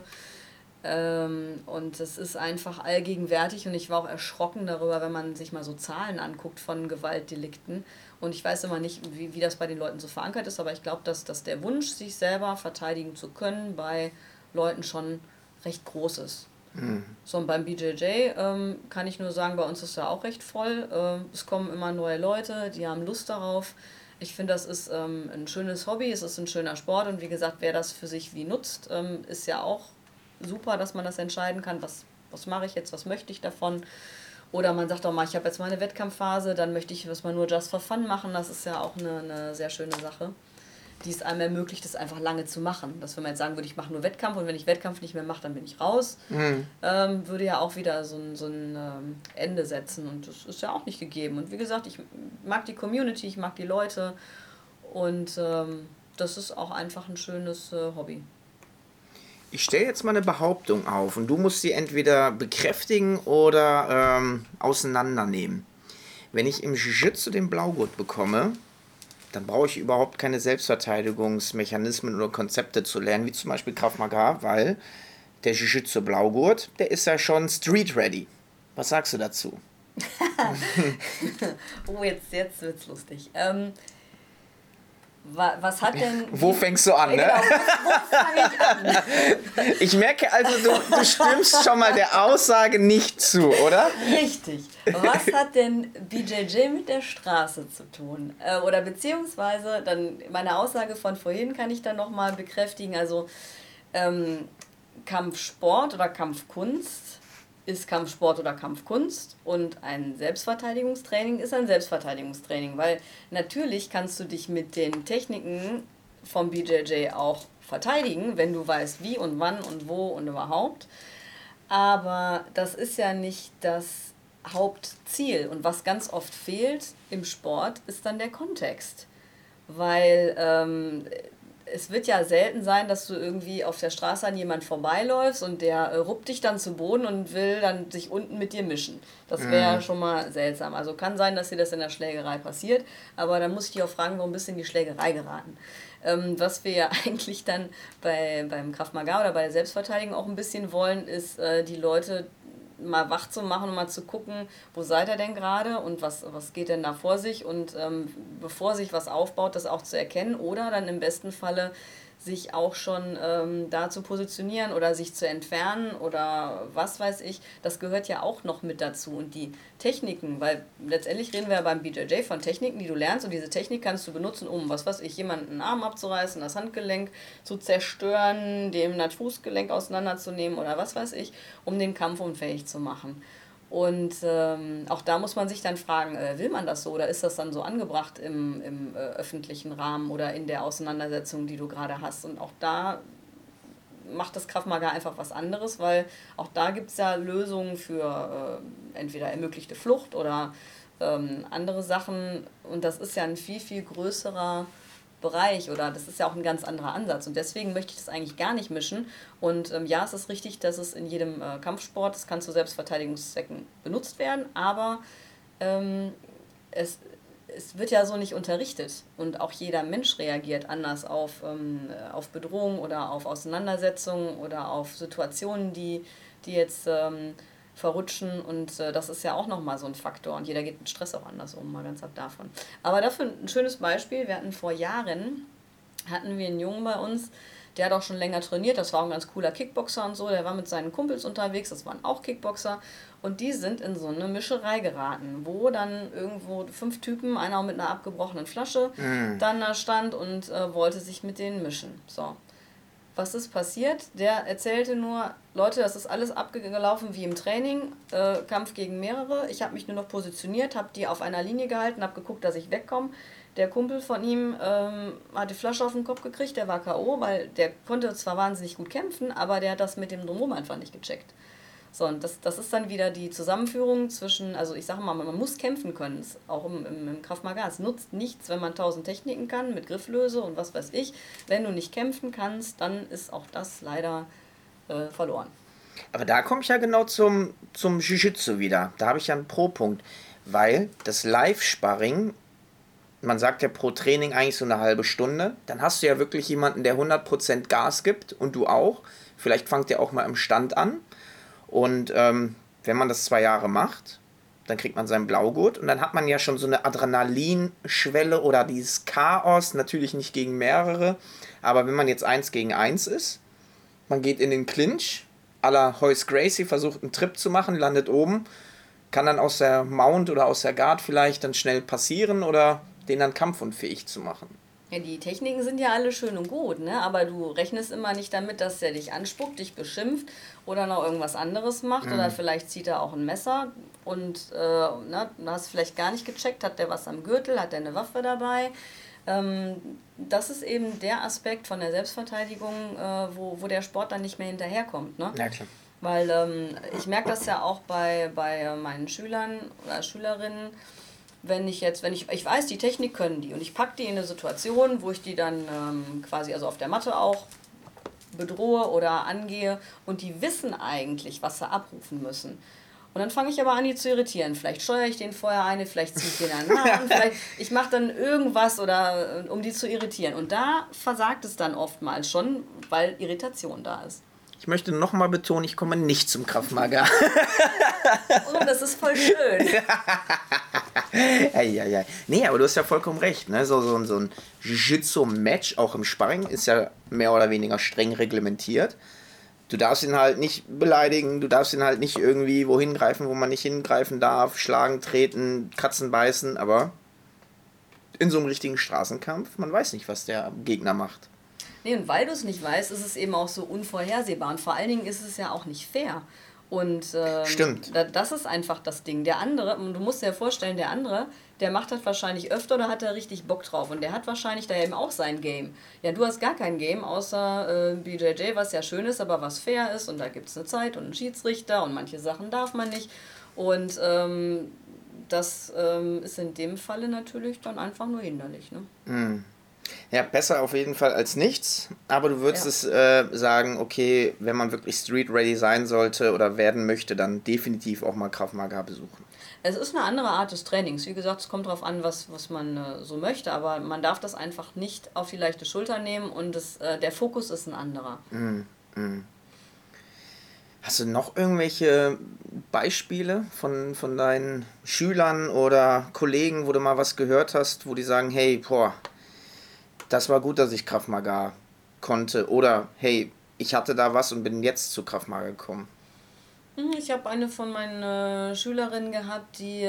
Und es ist einfach allgegenwärtig und ich war auch erschrocken darüber, wenn man sich mal so Zahlen anguckt von Gewaltdelikten. Und ich weiß immer nicht, wie das bei den Leuten so verankert ist, aber ich glaube, dass der Wunsch, sich selber verteidigen zu können, bei Leuten schon recht groß ist. So, und beim BJJ kann ich nur sagen, bei uns ist ja auch recht voll. Es kommen immer neue Leute, die haben Lust darauf. Ich finde, das ist ein schönes Hobby, es ist ein schöner Sport und wie gesagt, wer das für sich wie nutzt, ist ja auch super, dass man das entscheiden kann, was mache ich jetzt, was möchte ich davon. Oder man sagt auch mal, ich habe jetzt mal eine Wettkampfphase, dann möchte ich was mal nur just for fun machen. Das ist ja auch eine sehr schöne Sache, die es einem ermöglicht, das einfach lange zu machen. Dass wenn man jetzt sagen würde, ich mache nur Wettkampf und wenn ich Wettkampf nicht mehr mache, dann bin ich raus, würde ja auch wieder so ein Ende setzen und das ist ja auch nicht gegeben. Und wie gesagt, ich mag die Community, ich mag die Leute und das ist auch einfach ein schönes Hobby. Ich stelle jetzt mal eine Behauptung auf und du musst sie entweder bekräftigen oder auseinandernehmen. Wenn ich im Jiu-Jitsu den Blaugurt bekomme, dann brauche ich überhaupt keine Selbstverteidigungsmechanismen oder Konzepte zu lernen, wie zum Beispiel Krav Maga, weil der Jiu-Jitsu Blaugurt, der ist ja schon street ready. Was sagst du dazu? Oh, jetzt wird's lustig. Was hat denn... Wo fängst du an, ne? Genau, wo fange ich an? Ich merke also, du stimmst schon mal der Aussage nicht zu, oder? Richtig. Was hat denn BJJ mit der Straße zu tun? Oder beziehungsweise, dann meine Aussage von vorhin kann ich dann nochmal bekräftigen. Also Kampfsport oder Kampfkunst ist Kampfsport oder Kampfkunst und ein Selbstverteidigungstraining ist ein Selbstverteidigungstraining, weil natürlich kannst du dich mit den Techniken vom BJJ auch verteidigen, wenn du weißt wie und wann und wo und überhaupt, aber das ist ja nicht das Hauptziel und was ganz oft fehlt im Sport ist dann der Kontext, weil es wird ja selten sein, dass du irgendwie auf der Straße an jemand vorbeiläufst und der ruppt dich dann zu Boden und will dann sich unten mit dir mischen. Das wäre schon mal seltsam. Also kann sein, dass dir das in der Schlägerei passiert, aber dann muss ich dich auch fragen, warum bist du in die Schlägerei geraten? Was wir ja eigentlich dann beim Krav Maga oder bei der Selbstverteidigung auch ein bisschen wollen, ist die Leute mal wach zu machen und mal zu gucken, wo seid ihr denn gerade und was geht denn da vor sich und bevor sich was aufbaut, das auch zu erkennen oder dann im besten Falle sich auch schon da zu positionieren oder sich zu entfernen oder was weiß ich, das gehört ja auch noch mit dazu und die Techniken, weil letztendlich reden wir ja beim BJJ von Techniken, die du lernst und diese Technik kannst du benutzen, um, was weiß ich, jemanden einen Arm abzureißen, das Handgelenk zu zerstören, dem das Fußgelenk auseinanderzunehmen oder was weiß ich, um den Kampf unfähig zu machen. Und auch da muss man sich dann fragen, will man das so oder ist das dann so angebracht im öffentlichen Rahmen oder in der Auseinandersetzung, die du gerade hast? Und auch da macht das Krav Maga einfach was anderes, weil auch da gibt es ja Lösungen für entweder ermöglichte Flucht oder andere Sachen. Und das ist ja ein viel, viel größerer Bereich oder das ist ja auch ein ganz anderer Ansatz und deswegen möchte ich das eigentlich gar nicht mischen und ja, es ist richtig, dass es in jedem Kampfsport, das kann zu Selbstverteidigungszwecken benutzt werden, aber es wird ja so nicht unterrichtet und auch jeder Mensch reagiert anders auf Bedrohung oder auf Auseinandersetzungen oder auf Situationen, die jetzt verrutschen und das ist ja auch nochmal so ein Faktor und jeder geht mit Stress auch anders um, mal ganz ab davon. Aber dafür ein schönes Beispiel, wir hatten vor Jahren, einen Jungen bei uns, der hat auch schon länger trainiert, das war auch ein ganz cooler Kickboxer und so, der war mit seinen Kumpels unterwegs, das waren auch Kickboxer und die sind in so eine Mischerei geraten, wo dann irgendwo 5 Typen, einer mit einer abgebrochenen Flasche dann da stand und wollte sich mit denen mischen. So. Was ist passiert? Der erzählte nur, Leute, das ist alles abgelaufen wie im Training, Kampf gegen mehrere. Ich habe mich nur noch positioniert, habe die auf einer Linie gehalten, habe geguckt, dass ich wegkomme. Der Kumpel von ihm hat die Flasche auf den Kopf gekriegt, der war K.O., weil der konnte zwar wahnsinnig gut kämpfen, aber der hat das mit dem Drumherum einfach nicht gecheckt. So, und das ist dann wieder die Zusammenführung zwischen, also ich sage mal, man muss kämpfen können, auch im Krav Maga. Es nutzt nichts, wenn man 1000 Techniken kann, mit Grifflöse und was weiß ich. Wenn du nicht kämpfen kannst, dann ist auch das leider verloren. Aber da komme ich ja genau zum Jiu-Jitsu wieder. Da habe ich ja einen Pro-Punkt, weil das Live-Sparring, man sagt ja pro Training eigentlich so eine halbe Stunde, dann hast du ja wirklich jemanden, der 100% Gas gibt und du auch. Vielleicht fangt ihr auch mal im Stand an. Und wenn man das 2 Jahre macht, dann kriegt man seinen Blaugurt und dann hat man ja schon so eine Adrenalinschwelle oder dieses Chaos, natürlich nicht gegen mehrere, aber wenn man jetzt 1 gegen 1 ist, man geht in den Clinch, à la Royce Gracie, versucht einen Trip zu machen, landet oben, kann dann aus der Mount oder aus der Guard vielleicht dann schnell passieren oder den dann kampfunfähig zu machen. Ja, die Techniken sind ja alle schön und gut, ne? Aber du rechnest immer nicht damit, dass der dich anspuckt, dich beschimpft oder noch irgendwas anderes macht oder vielleicht zieht er auch ein Messer und du hast vielleicht gar nicht gecheckt, hat der was am Gürtel, hat der eine Waffe dabei. Das ist eben der Aspekt von der Selbstverteidigung, wo der Sport dann nicht mehr hinterherkommt, ne? Ja, klar. Weil ich merke das ja auch bei meinen Schülern oder Schülerinnen, wenn ich weiß, die Technik können die und ich packe die in eine Situation, wo ich die dann quasi also auf der Matte auch bedrohe oder angehe und die wissen eigentlich, was sie abrufen müssen. Und dann fange ich aber an, die zu irritieren. Vielleicht steuere ich den vorher ein, vielleicht ziehe ich den an den Haaren, vielleicht ich mache dann irgendwas, oder um die zu irritieren. Und da versagt es dann oftmals schon, weil Irritation da ist. Ich möchte nochmal betonen, ich komme nicht zum Krav Maga. Oh, das ist voll schön. Ja. Nee, aber du hast ja vollkommen recht. Ne? So ein Jiu-Jitsu-Match, auch im Sparring, ist ja mehr oder weniger streng reglementiert. Du darfst ihn halt nicht beleidigen, du darfst ihn halt nicht irgendwie wohin greifen, wo man nicht hingreifen darf, schlagen, treten, kratzen, beißen, aber in so einem richtigen Straßenkampf, man weiß nicht, was der Gegner macht. Nee, und weil du es nicht weißt, ist es eben auch so unvorhersehbar. Und vor allen Dingen ist es ja auch nicht fair. Und Stimmt. Das ist einfach das Ding. Der andere, und du musst dir ja vorstellen, der andere, der macht das wahrscheinlich öfter oder hat da richtig Bock drauf. Und der hat wahrscheinlich da eben auch sein Game. Ja, du hast gar kein Game, außer BJJ, was ja schön ist, aber was fair ist. Und da gibt es eine Zeit und einen Schiedsrichter und manche Sachen darf man nicht. Und das ist in dem Falle natürlich dann einfach nur hinderlich. Ne? Ja, besser auf jeden Fall als nichts, aber du würdest es sagen, okay, wenn man wirklich street-ready sein sollte oder werden möchte, dann definitiv auch mal Krav Maga besuchen. Es ist eine andere Art des Trainings. Wie gesagt, es kommt darauf an, was man so möchte, aber man darf das einfach nicht auf die leichte Schulter nehmen und der Fokus ist ein anderer. Hast du noch irgendwelche Beispiele von deinen Schülern oder Kollegen, wo du mal was gehört hast, wo die sagen, hey, das war gut, dass ich Krav Maga konnte. Oder, hey, ich hatte da was und bin jetzt zu Krav Maga gekommen. Ich habe eine von meinen Schülerinnen gehabt, die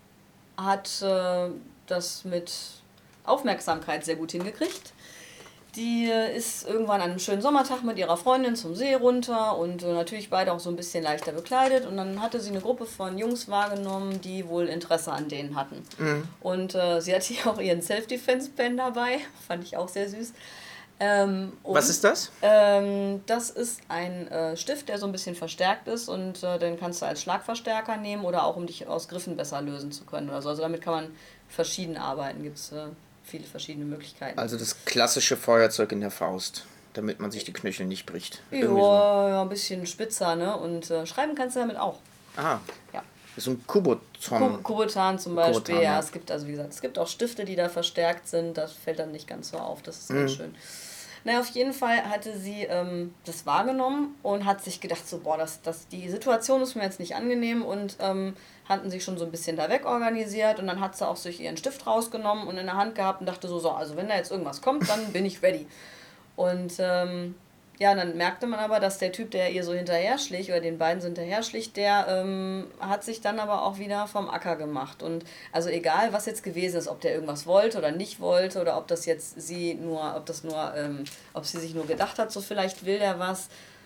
hat das mit Aufmerksamkeit sehr gut hingekriegt. Die ist irgendwann an einem schönen Sommertag mit ihrer Freundin zum See runter und natürlich beide auch so ein bisschen leichter bekleidet. Und dann hatte sie eine Gruppe von Jungs wahrgenommen, die wohl Interesse an denen hatten. Und sie hatte auch ihren Self-Defense-Pen dabei, fand ich auch sehr süß. Was ist das? Das ist ein Stift, der so ein bisschen verstärkt ist und den kannst du als Schlagverstärker nehmen oder auch um dich aus Griffen besser lösen zu können oder so. Also damit kann man verschieden arbeiten, gibt es viele verschiedene Möglichkeiten. Also das klassische Feuerzeug in der Faust, damit man sich die Knöchel nicht bricht. Ja, ein bisschen spitzer, ne? Und schreiben kannst du damit auch. Aha. Ja. Das ist so ein Kubotan. Kubotan zum Beispiel, Kubotan, ja. ja. Es gibt, also wie gesagt, es gibt auch Stifte, die da verstärkt sind. Das fällt dann nicht ganz so auf. Das ist ganz schön. Naja, auf jeden Fall hatte sie das wahrgenommen und hat sich gedacht, so, boah, die Situation ist mir jetzt nicht angenehm und hatten sich schon so ein bisschen da wegorganisiert und dann hat sie auch sich ihren Stift rausgenommen und in der Hand gehabt und dachte so, also wenn da jetzt irgendwas kommt, dann bin ich ready. Und ja, dann merkte man aber, dass der Typ, der ihr so hinterher schlich, oder den beiden so hinterher schlich, der hat sich dann aber auch wieder vom Acker gemacht. Und also egal, was jetzt gewesen ist, ob der irgendwas wollte oder nicht wollte, oder ob das jetzt ob sie sich nur gedacht hat, so vielleicht will der was.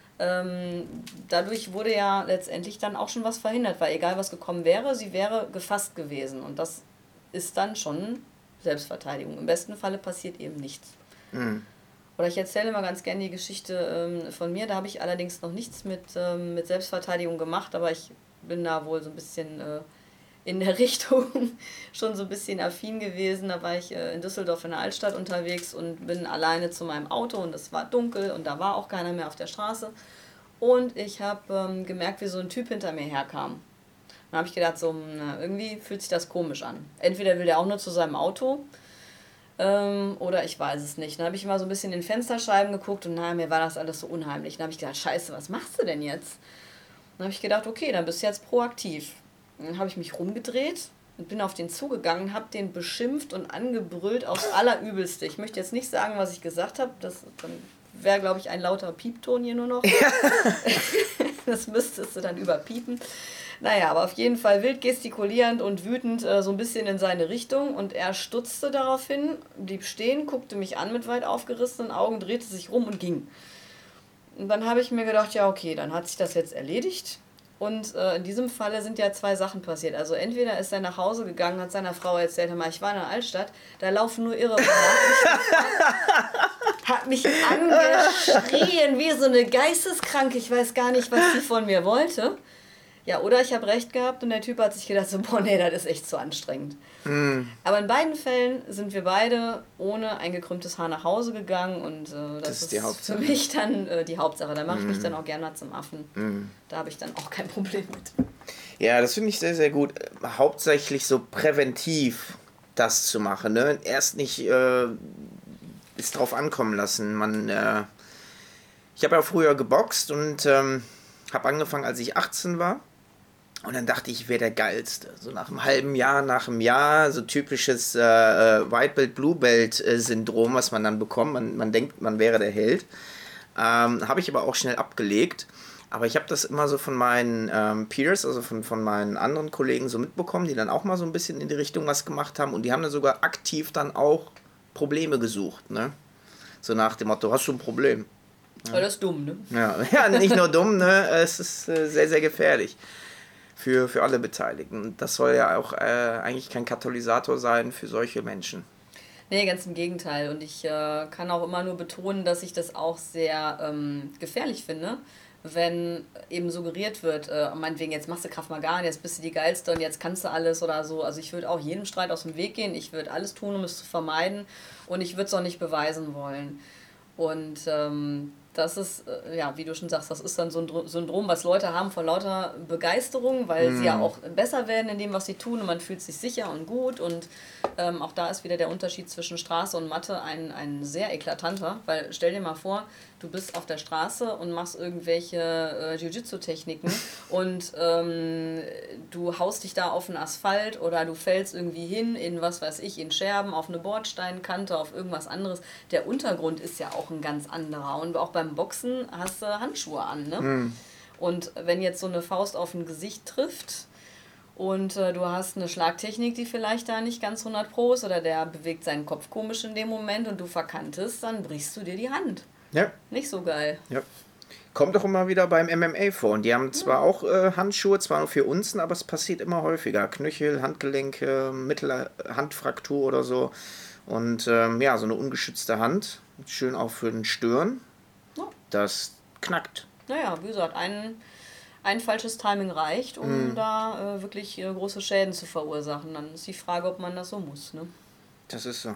Dadurch wurde ja letztendlich dann auch schon was verhindert, weil egal was gekommen wäre, sie wäre gefasst gewesen. Und das ist dann schon Selbstverteidigung. Im besten Falle passiert eben nichts. Oder ich erzähle immer ganz gerne die Geschichte von mir. Da habe ich allerdings noch nichts mit Selbstverteidigung gemacht, aber ich bin da wohl so ein bisschen in der Richtung schon so ein bisschen affin gewesen. Da war ich in Düsseldorf in der Altstadt unterwegs und bin alleine zu meinem Auto und es war dunkel und da war auch keiner mehr auf der Straße. Und ich habe gemerkt, wie so ein Typ hinter mir herkam. Dann habe ich gedacht, so, irgendwie fühlt sich das komisch an. Entweder will der auch nur zu seinem Auto, oder ich weiß es nicht. Dann habe ich mal so ein bisschen in den Fensterscheiben geguckt und mir war das alles so unheimlich. Dann habe ich gedacht, scheiße, was machst du denn jetzt? Dann habe ich gedacht, okay, dann bist du jetzt proaktiv. Dann habe ich mich rumgedreht und bin auf den zugegangen, habe den beschimpft und angebrüllt aufs Allerübelste. Ich möchte jetzt nicht sagen, was ich gesagt habe. Das wäre, glaube ich, ein lauter Piepton hier nur noch. Das müsstest du dann überpiepen. Naja, aber auf jeden Fall wild gestikulierend und wütend so ein bisschen in seine Richtung und er stutzte daraufhin, blieb stehen, guckte mich an mit weit aufgerissenen Augen, drehte sich rum und ging. Und dann habe ich mir gedacht, ja okay, dann hat sich das jetzt erledigt und in diesem Falle sind ja 2 Sachen passiert. Also entweder ist er nach Hause gegangen, hat seiner Frau erzählt, ich war in der Altstadt, da laufen nur Irre hat mich angeschrien wie so eine Geisteskranke, ich weiß gar nicht, was sie von mir wollte. Ja, oder ich habe recht gehabt und der Typ hat sich gedacht, so, boah, nee, das ist echt zu anstrengend. Aber in beiden Fällen sind wir beide ohne ein gekrümmtes Haar nach Hause gegangen und das ist für mich dann die Hauptsache. Da mache ich mich dann auch gerne zum Affen. Da habe ich dann auch kein Problem mit. Ja, das finde ich sehr, sehr gut. Hauptsächlich so präventiv das zu machen, ne? Erst nicht es drauf ankommen lassen. Ich habe ja früher geboxt und habe angefangen, als ich 18 war. Und dann dachte ich, ich wäre der Geilste. So nach einem halben Jahr, nach einem Jahr, so typisches White Belt, Blue Belt Syndrom, was man dann bekommt. Man denkt, man wäre der Held. Habe ich aber auch schnell abgelegt. Aber ich habe das immer so von meinen Peers, also von meinen anderen Kollegen so mitbekommen, die dann auch mal so ein bisschen in die Richtung was gemacht haben. Und die haben dann sogar aktiv dann auch Probleme gesucht. Ne? So nach dem Motto, hast du ein Problem? Weil das ist dumm, ne? Ja, nicht nur dumm, ne? Es ist sehr, sehr gefährlich für alle Beteiligten. Das soll ja auch eigentlich kein Katalysator sein für solche Menschen. Nee, ganz im Gegenteil. Und ich kann auch immer nur betonen, dass ich das auch sehr gefährlich finde, wenn eben suggeriert wird, meinetwegen, jetzt machst du Krav Maga, jetzt bist du die Geilste und jetzt kannst du alles oder so. Also ich würde auch jedem Streit aus dem Weg gehen. Ich würde alles tun, um es zu vermeiden. Und ich würde es auch nicht beweisen wollen. Und das ist, ja, wie du schon sagst, das ist dann so ein Syndrom, was Leute haben vor lauter Begeisterung, weil sie ja auch besser werden in dem, was sie tun und man fühlt sich sicher und gut und auch da ist wieder der Unterschied zwischen Straße und Mathe ein sehr eklatanter, weil stell dir mal vor, du bist auf der Straße und machst irgendwelche Jiu-Jitsu-Techniken und du haust dich da auf den Asphalt oder du fällst irgendwie hin in, was weiß ich, in Scherben, auf eine Bordsteinkante, auf irgendwas anderes. Der Untergrund ist ja auch ein ganz anderer und auch beim Boxen hast du Handschuhe an, ne? Und wenn jetzt so eine Faust auf ein Gesicht trifft und du hast eine Schlagtechnik, die vielleicht da nicht ganz 100 Pro ist oder der bewegt seinen Kopf komisch in dem Moment und du verkantest, dann brichst du dir die Hand. Ja. Nicht so geil. Ja. Kommt doch immer wieder beim MMA vor. Und die haben zwar auch Handschuhe, zwar nur für Unzen, aber es passiert immer häufiger. Knöchel, Handgelenke, Handfraktur oder so. Und so eine ungeschützte Hand, schön auch für den Stirn, das knackt. Naja, wie gesagt, ein falsches Timing reicht, um da wirklich große Schäden zu verursachen. Dann ist die Frage, ob man das so muss. Ne? Das ist so.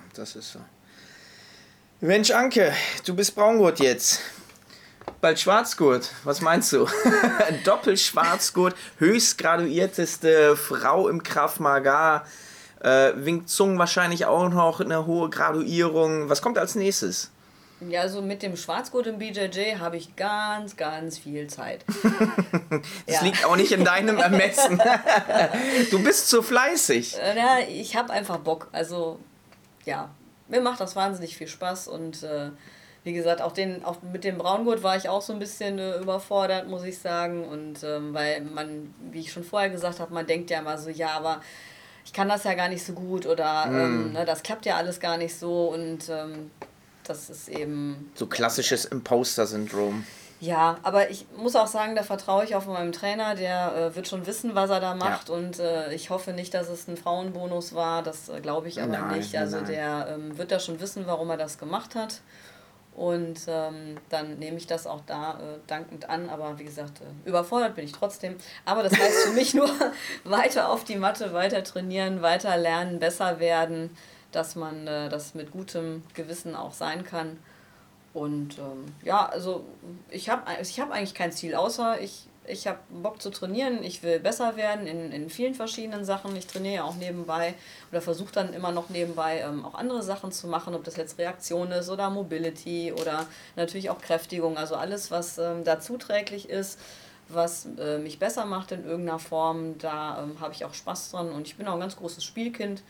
Mensch, Anke, du bist Braungurt jetzt. Bald Schwarzgurt, was meinst du? Doppelschwarzgurt, höchst graduierteste Frau im Krav Maga, Wing Chun wahrscheinlich auch noch eine hohe Graduierung. Was kommt als nächstes? Ja, also mit dem Schwarzgurt im BJJ habe ich ganz, ganz viel Zeit. Das liegt auch nicht in deinem Ermessen. Du bist zu fleißig. Ja, ich habe einfach Bock. Also, ja, mir macht das wahnsinnig viel Spaß und wie gesagt, auch mit dem Braungurt war ich auch so ein bisschen überfordert, muss ich sagen. Und weil man, wie ich schon vorher gesagt habe, man denkt ja immer so, ja, aber ich kann das ja gar nicht so gut oder das klappt ja alles gar nicht so und das ist eben... So klassisches Imposter-Syndrom. Ja, aber ich muss auch sagen, da vertraue ich auf meinem Trainer, der wird schon wissen, was er da macht und ich hoffe nicht, dass es ein Frauenbonus war, das glaube ich aber nicht. Also der wird da schon wissen, warum er das gemacht hat. Und dann nehme ich das auch da dankend an. Aber wie gesagt, überfordert bin ich trotzdem. Aber das heißt für mich nur weiter auf die Matte, weiter trainieren, weiter lernen, besser werden, dass man das mit gutem Gewissen auch sein kann. Und also ich hab eigentlich kein Ziel, außer ich habe Bock zu trainieren, ich will besser werden in vielen verschiedenen Sachen. Ich trainiere ja auch nebenbei oder versuche dann immer noch nebenbei auch andere Sachen zu machen, ob das jetzt Reaktion ist oder Mobility oder natürlich auch Kräftigung. Also alles, was da zuträglich ist, was mich besser macht in irgendeiner Form, da habe ich auch Spaß dran und ich bin auch ein ganz großes Spielkind.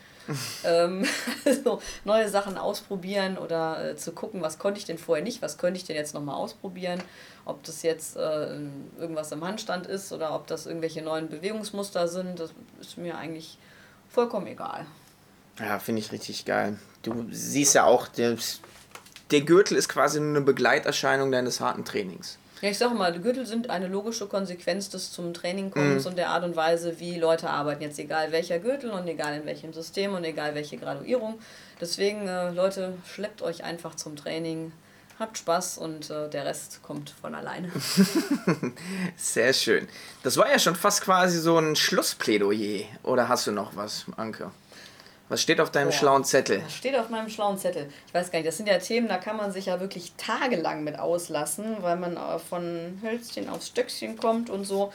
Also neue Sachen ausprobieren oder zu gucken, was konnte ich denn vorher nicht, was könnte ich denn jetzt nochmal ausprobieren, ob das jetzt irgendwas im Handstand ist oder ob das irgendwelche neuen Bewegungsmuster sind, das ist mir eigentlich vollkommen egal. Ja, finde ich richtig geil. Du siehst ja auch, der Gürtel ist quasi nur eine Begleiterscheinung deines harten Trainings. Ja, ich sage mal, die Gürtel sind eine logische Konsequenz des zum Training kommens und der Art und Weise, wie Leute arbeiten. Jetzt egal welcher Gürtel und egal in welchem System und egal welche Graduierung. Deswegen, Leute, schleppt euch einfach zum Training, habt Spaß und der Rest kommt von alleine. Sehr schön. Das war ja schon fast quasi so ein Schlussplädoyer. Oder hast du noch was, Anke? Was steht auf deinem schlauen Zettel? Was steht auf meinem schlauen Zettel? Ich weiß gar nicht, das sind ja Themen, da kann man sich ja wirklich tagelang mit auslassen, weil man von Hölzchen aufs Stöckchen kommt und so.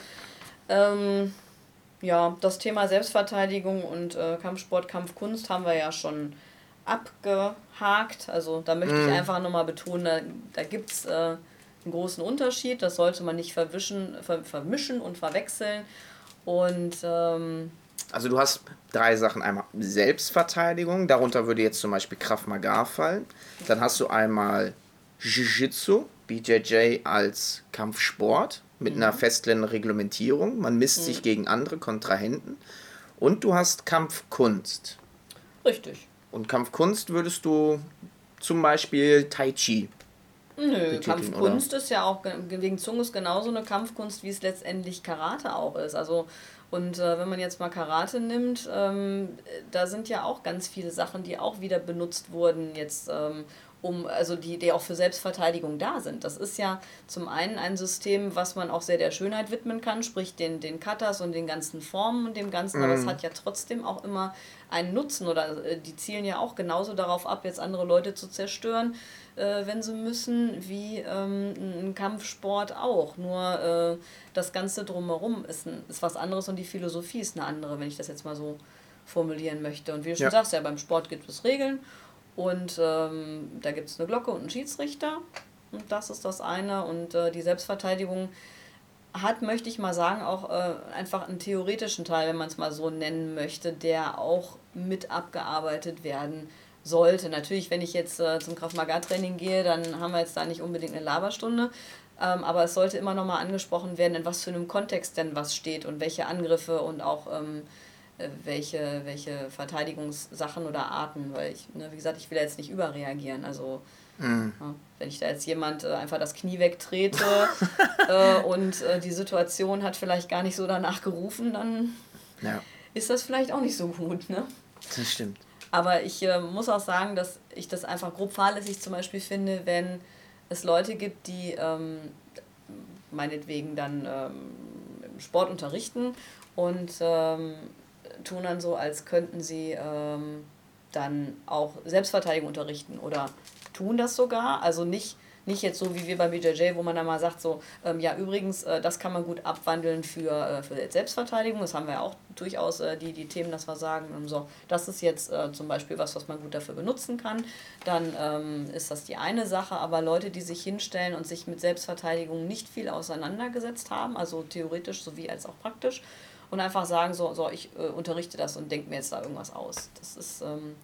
Das Thema Selbstverteidigung und Kampfsport, Kampfkunst haben wir ja schon abgehakt. Also da möchte ich einfach nochmal betonen, da gibt es einen großen Unterschied. Das sollte man nicht vermischen und verwechseln. Und also du hast 3 Sachen. Einmal Selbstverteidigung, darunter würde jetzt zum Beispiel Krav Maga fallen. Dann hast du einmal Jiu-Jitsu, BJJ als Kampfsport mit einer festen Reglementierung. Man misst sich gegen andere Kontrahenten. Und du hast Kampfkunst. Richtig. Und Kampfkunst würdest du zum Beispiel Tai Chi. Nö, Kampfkunst ist ja auch, wegen Zunge ist genauso eine Kampfkunst, wie es letztendlich Karate auch ist. Also, und wenn man jetzt mal Karate nimmt, da sind ja auch ganz viele Sachen, die auch wieder benutzt wurden jetzt, die auch für Selbstverteidigung da sind. Das ist ja zum einen ein System, was man auch sehr der Schönheit widmen kann, sprich den Katas und den ganzen Formen und dem Ganzen, aber es hat ja trotzdem auch immer einen Nutzen oder die zielen ja auch genauso darauf ab, jetzt andere Leute zu zerstören, wenn sie müssen, wie ein Kampfsport auch. Nur das Ganze drumherum ist was anderes und die Philosophie ist eine andere, wenn ich das jetzt mal so formulieren möchte. Und wie du schon sagst, ja, beim Sport gibt es Regeln und da gibt es eine Glocke und einen Schiedsrichter und das ist das eine. Und die Selbstverteidigung hat, möchte ich mal sagen, auch einfach einen theoretischen Teil, wenn man es mal so nennen möchte, der auch mit abgearbeitet werden sollte. Natürlich, wenn ich jetzt zum Krav Maga Training gehe, dann haben wir jetzt da nicht unbedingt eine Laberstunde, Aber es sollte immer nochmal angesprochen werden, in was für einem Kontext denn was steht und welche Angriffe und auch welche Verteidigungssachen oder Arten, weil wie gesagt, ich will jetzt nicht überreagieren. Also wenn ich da jetzt jemand einfach das Knie wegtrete und die Situation hat vielleicht gar nicht so danach gerufen, dann ist das vielleicht auch nicht so gut. Ne? Das stimmt. Aber ich muss auch sagen, dass ich das einfach grob fahrlässig zum Beispiel finde, wenn es Leute gibt, die meinetwegen dann Sport unterrichten und tun dann so, als könnten sie dann auch Selbstverteidigung unterrichten oder tun das sogar. Also nicht jetzt so wie wir beim BJJ, wo man dann mal sagt, so, ja übrigens, das kann man gut abwandeln für Selbstverteidigung. Das haben wir auch durchaus die Themen, dass wir sagen, so, das ist jetzt zum Beispiel was man gut dafür benutzen kann. Dann ist das die eine Sache, aber Leute, die sich hinstellen und sich mit Selbstverteidigung nicht viel auseinandergesetzt haben, also theoretisch sowie als auch praktisch, und einfach sagen, so ich unterrichte das und denke mir jetzt da irgendwas aus. Das ist,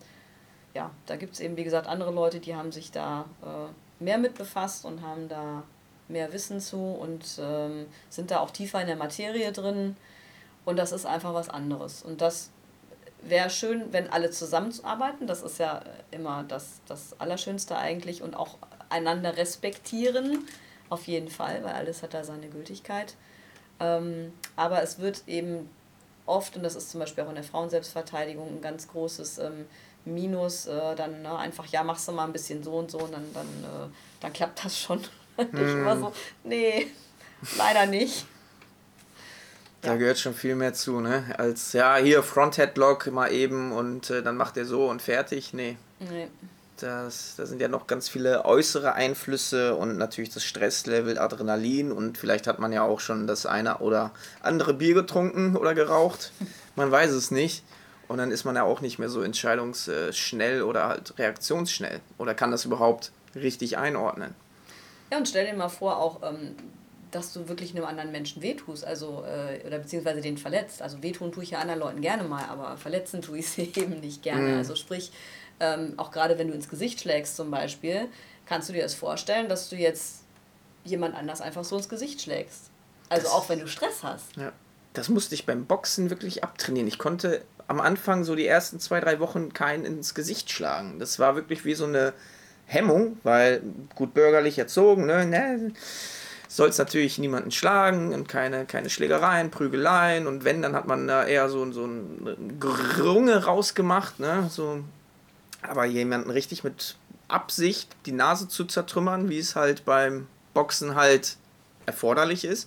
da gibt es eben, wie gesagt, andere Leute, die haben sich da mehr mit befasst und haben da mehr Wissen zu und sind da auch tiefer in der Materie drin. Und das ist einfach was anderes. Und das wäre schön, wenn alle zusammenarbeiten. Das ist ja immer das Allerschönste eigentlich. Und auch einander respektieren, auf jeden Fall, weil alles hat da seine Gültigkeit. Aber es wird eben oft, und das ist zum Beispiel auch in der Frauenselbstverteidigung ein ganz großes Minus, dann einfach, ja, machst du mal ein bisschen so und so und dann klappt das schon. Ich immer so, nee, leider nicht. Da gehört schon viel mehr zu, ne? Als, ja, hier Frontheadlock mal eben und dann macht er so und fertig. Nee. Da sind ja noch ganz viele äußere Einflüsse und natürlich das Stresslevel, Adrenalin und vielleicht hat man ja auch schon das eine oder andere Bier getrunken oder geraucht. Man weiß es nicht. Und dann ist man ja auch nicht mehr so entscheidungsschnell oder halt reaktionsschnell. Oder kann das überhaupt richtig einordnen? Ja, und stell dir mal vor, auch, dass du wirklich einem anderen Menschen wehtust, also, oder beziehungsweise den verletzt. Also wehtun tue ich ja anderen Leuten gerne mal, aber verletzen tue ich sie eben nicht gerne. Also sprich, auch gerade wenn du ins Gesicht schlägst zum Beispiel, kannst du dir das vorstellen, dass du jetzt jemand anders einfach so ins Gesicht schlägst. Also auch wenn du Stress hast. Ja. Das musste ich beim Boxen wirklich abtrainieren. Ich konnte am Anfang so die ersten 2-3 Wochen keinen ins Gesicht schlagen. Das war wirklich wie so eine Hemmung, weil gut bürgerlich erzogen, ne, sollst natürlich niemanden schlagen und keine Schlägereien, Prügeleien und wenn, dann hat man da eher so ein Gerunge rausgemacht, ne, so. Aber jemanden richtig mit Absicht die Nase zu zertrümmern, wie es halt beim Boxen halt erforderlich ist,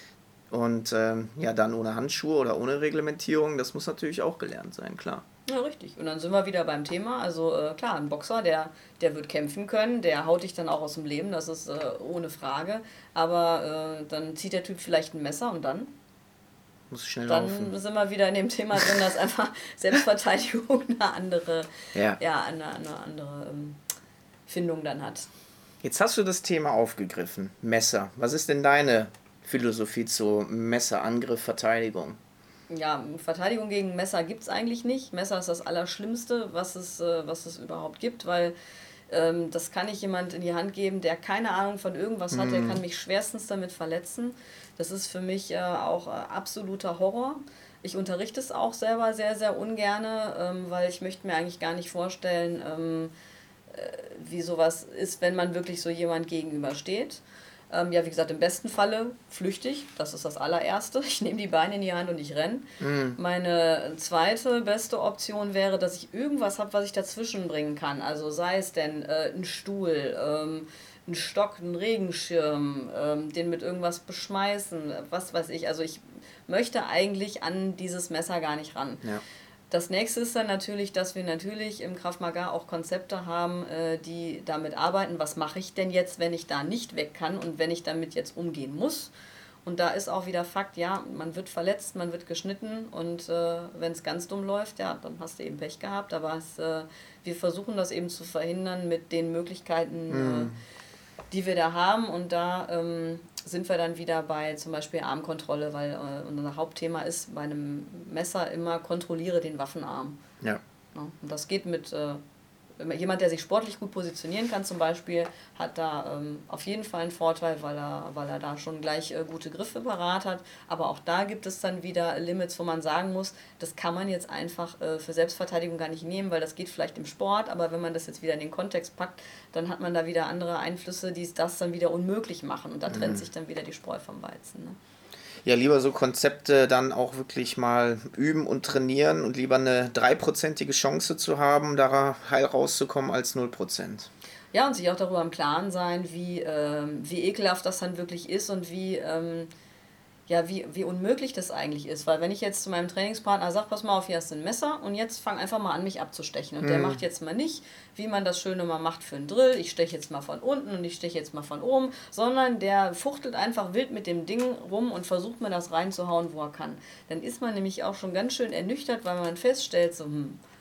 und dann ohne Handschuhe oder ohne Reglementierung, das muss natürlich auch gelernt sein, klar. Ja, richtig. Und dann sind wir wieder beim Thema. Also klar, ein Boxer, der wird kämpfen können, der haut dich dann auch aus dem Leben, das ist ohne Frage. Aber dann zieht der Typ vielleicht ein Messer und dann? Muss schnell dann laufen. Sind wir wieder in dem Thema drin, dass einfach Selbstverteidigung eine andere, eine andere Findung dann hat. Jetzt hast du das Thema aufgegriffen, Messer. Was ist denn deine Philosophie zu Messerangriff, Verteidigung? Ja, Verteidigung gegen Messer gibt es eigentlich nicht. Messer ist das Allerschlimmste, was es überhaupt gibt, weil das kann ich jemand in die Hand geben, der keine Ahnung von irgendwas hat, der kann mich schwerstens damit verletzen. Das ist für mich auch absoluter Horror. Ich unterrichte es auch selber sehr, sehr ungerne, weil ich möchte mir eigentlich gar nicht vorstellen, wie sowas ist, wenn man wirklich so jemand gegenübersteht. Wie gesagt, im besten Falle flüchtig, das ist das allererste. Ich nehme die Beine in die Hand und ich renne. Meine zweite beste Option wäre, dass ich irgendwas habe, was ich dazwischen bringen kann. Also sei es denn ein Stuhl, ein Stock, ein Regenschirm, den mit irgendwas beschmeißen, was weiß ich. Also ich möchte eigentlich an dieses Messer gar nicht ran. Ja. Das nächste ist dann natürlich, dass wir natürlich im Krav Maga auch Konzepte haben, die damit arbeiten, was mache ich denn jetzt, wenn ich da nicht weg kann und wenn ich damit jetzt umgehen muss. Und da ist auch wieder Fakt, ja, man wird verletzt, man wird geschnitten und wenn es ganz dumm läuft, ja, dann hast du eben Pech gehabt. Aber wir versuchen das eben zu verhindern mit den Möglichkeiten, die wir da haben. Und da sind wir dann wieder bei zum Beispiel Armkontrolle, weil unser Hauptthema ist bei einem Messer immer, kontrolliere den Waffenarm. Ja. Ja, und das geht mit jemand, der sich sportlich gut positionieren kann zum Beispiel, hat da auf jeden Fall einen Vorteil, weil er da schon gleich gute Griffe parat hat. Aber auch da gibt es dann wieder Limits, wo man sagen muss, das kann man jetzt einfach für Selbstverteidigung gar nicht nehmen, weil das geht vielleicht im Sport, aber wenn man das jetzt wieder in den Kontext packt, dann hat man da wieder andere Einflüsse, die das dann wieder unmöglich machen. Und da trennt sich dann wieder die Spreu vom Weizen. Ne? Ja, lieber so Konzepte dann auch wirklich mal üben und trainieren und lieber eine 3%ige Chance zu haben, da heil rauszukommen, als 0%. Ja, und sich auch darüber im Klaren sein, wie ekelhaft das dann wirklich ist und wie unmöglich das eigentlich ist. Weil wenn ich jetzt zu meinem Trainingspartner sage, pass mal auf, hier hast du ein Messer und jetzt fang einfach mal an, mich abzustechen. Und der macht jetzt mal nicht, wie man das Schöne mal macht für einen Drill, ich steche jetzt mal von unten und ich steche jetzt mal von oben, sondern der fuchtelt einfach wild mit dem Ding rum und versucht mir das reinzuhauen, wo er kann. Dann ist man nämlich auch schon ganz schön ernüchtert, weil man feststellt, so,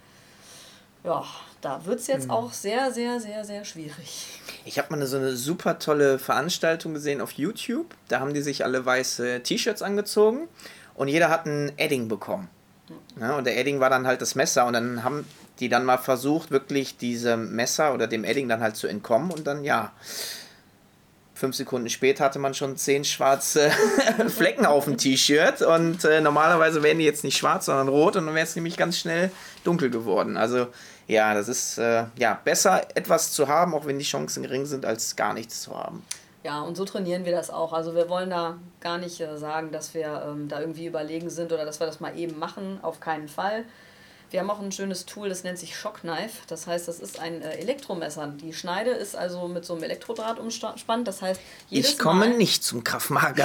da wird es jetzt auch sehr, sehr, sehr, sehr schwierig. Ich habe mal so eine super tolle Veranstaltung gesehen auf YouTube. Da haben die sich alle weiße T-Shirts angezogen und jeder hat ein Edding bekommen. Ja, und der Edding war dann halt das Messer und dann haben die dann mal versucht, wirklich diesem Messer oder dem Edding dann halt zu entkommen und dann 5 Sekunden später hatte man schon 10 schwarze Flecken auf dem T-Shirt und normalerweise wären die jetzt nicht schwarz, sondern rot und dann wäre es nämlich ganz schnell dunkel geworden. Also ja, das ist besser etwas zu haben, auch wenn die Chancen gering sind, als gar nichts zu haben. Ja, und so trainieren wir das auch. Also wir wollen da gar nicht sagen, dass wir da irgendwie überlegen sind oder dass wir das mal eben machen, auf keinen Fall. Wir haben auch ein schönes Tool, das nennt sich Shock Knife. Das heißt, das ist ein Elektromesser. Die Schneide ist also mit so einem Elektrodraht umspannt. Das heißt, ich komme nicht zum Krav Maga.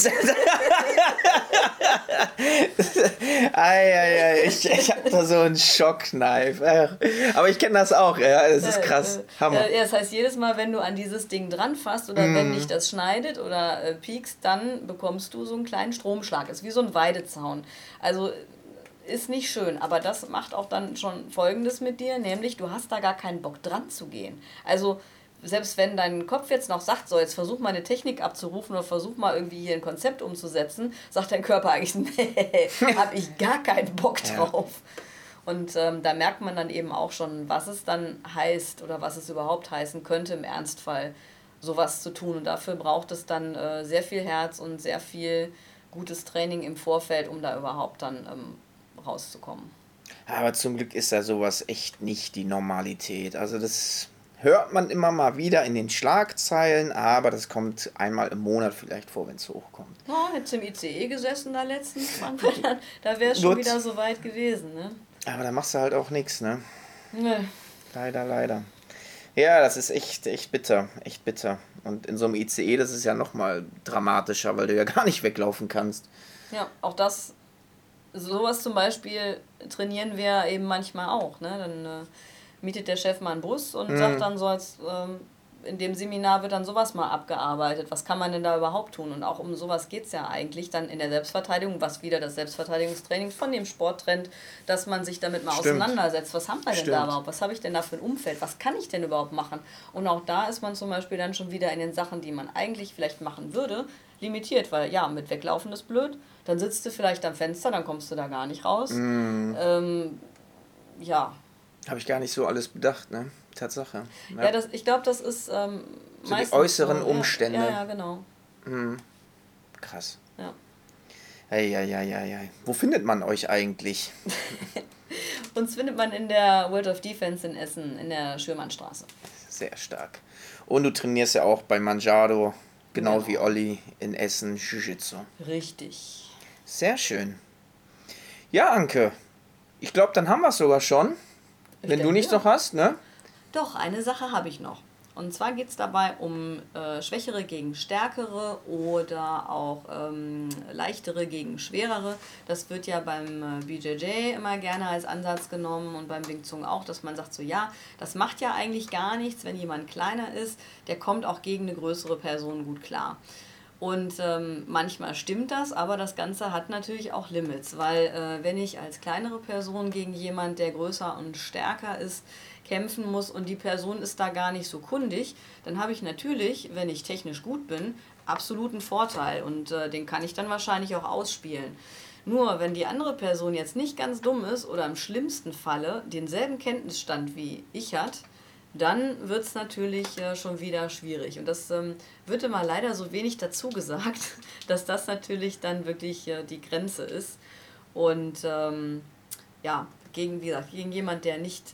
Ich habe da so einen Shock Knife. Aber ich kenne das auch. Ja, das ist krass. Hammer. Das heißt, jedes Mal, wenn du an dieses Ding dran fasst oder wenn dich das schneidet oder piekst, dann bekommst du so einen kleinen Stromschlag. Ist wie so ein Weidezaun. Also ist nicht schön, aber das macht auch dann schon Folgendes mit dir, nämlich du hast da gar keinen Bock dran zu gehen. Also selbst wenn dein Kopf jetzt noch sagt, so jetzt versuch mal eine Technik abzurufen oder versuch mal irgendwie hier ein Konzept umzusetzen, sagt dein Körper eigentlich, nee, hab ich gar keinen Bock drauf. Und da merkt man dann eben auch schon, was es dann heißt oder was es überhaupt heißen könnte im Ernstfall, sowas zu tun. Und dafür braucht es dann sehr viel Herz und sehr viel gutes Training im Vorfeld, um da überhaupt dann rauszukommen. Aber zum Glück ist da sowas echt nicht die Normalität. Also das hört man immer mal wieder in den Schlagzeilen, aber das kommt einmal im Monat vielleicht vor, wenn es hochkommt. Ja, hättest du im ICE gesessen da letztens, da wäre es schon wieder so weit gewesen. Ne? Aber da machst du halt auch nichts, ne? Nee. Leider. Ja, das ist echt bitter, echt bitter. Und in so einem ICE, das ist ja nochmal dramatischer, weil du ja gar nicht weglaufen kannst. Ja, auch sowas zum Beispiel trainieren wir eben manchmal auch. Ne? Dann mietet der Chef mal einen Bus und sagt dann so, in dem Seminar wird dann sowas mal abgearbeitet. Was kann man denn da überhaupt tun? Und auch um sowas geht es ja eigentlich dann in der Selbstverteidigung, was wieder das Selbstverteidigungstraining von dem Sport trennt, dass man sich damit mal auseinandersetzt. Was haben wir denn da überhaupt? Was habe ich denn da für ein Umfeld? Was kann ich denn überhaupt machen? Und auch da ist man zum Beispiel dann schon wieder in den Sachen, die man eigentlich vielleicht machen würde, limitiert, weil ja, mit Weglaufen ist blöd. Dann sitzt du vielleicht am Fenster, dann kommst du da gar nicht raus. Ja. Habe ich gar nicht so alles bedacht, ne? Tatsache. Ja, ich glaube, das ist so die äußeren Umstände. Ja, genau. Krass. Ja. Ei. Wo findet man euch eigentlich? Uns findet man in der World of Defense in Essen, in der Schürmannstraße. Sehr stark. Und du trainierst ja auch bei Manjaro, genau wie Olli in Essen, Jiu-Jitsu. Richtig. Sehr schön. Ja, Anke, ich glaube, dann haben wir es sogar schon. Wenn du nichts noch hast, ne? Doch, eine Sache habe ich noch. Und zwar geht es dabei um Schwächere gegen Stärkere oder auch Leichtere gegen Schwerere. Das wird ja beim BJJ immer gerne als Ansatz genommen und beim Wing Chun auch, dass man sagt so, ja, das macht ja eigentlich gar nichts, wenn jemand kleiner ist, der kommt auch gegen eine größere Person gut klar. Und manchmal stimmt das, aber das Ganze hat natürlich auch Limits, weil wenn ich als kleinere Person gegen jemand, der größer und stärker ist, kämpfen muss und die Person ist da gar nicht so kundig, dann habe ich natürlich, wenn ich technisch gut bin, absoluten Vorteil und den kann ich dann wahrscheinlich auch ausspielen. Nur wenn die andere Person jetzt nicht ganz dumm ist oder im schlimmsten Falle denselben Kenntnisstand wie ich hat, dann wird es natürlich schon wieder schwierig. Und das wird immer leider so wenig dazu gesagt, dass das natürlich dann wirklich die Grenze ist. Und gegen jemand, der nicht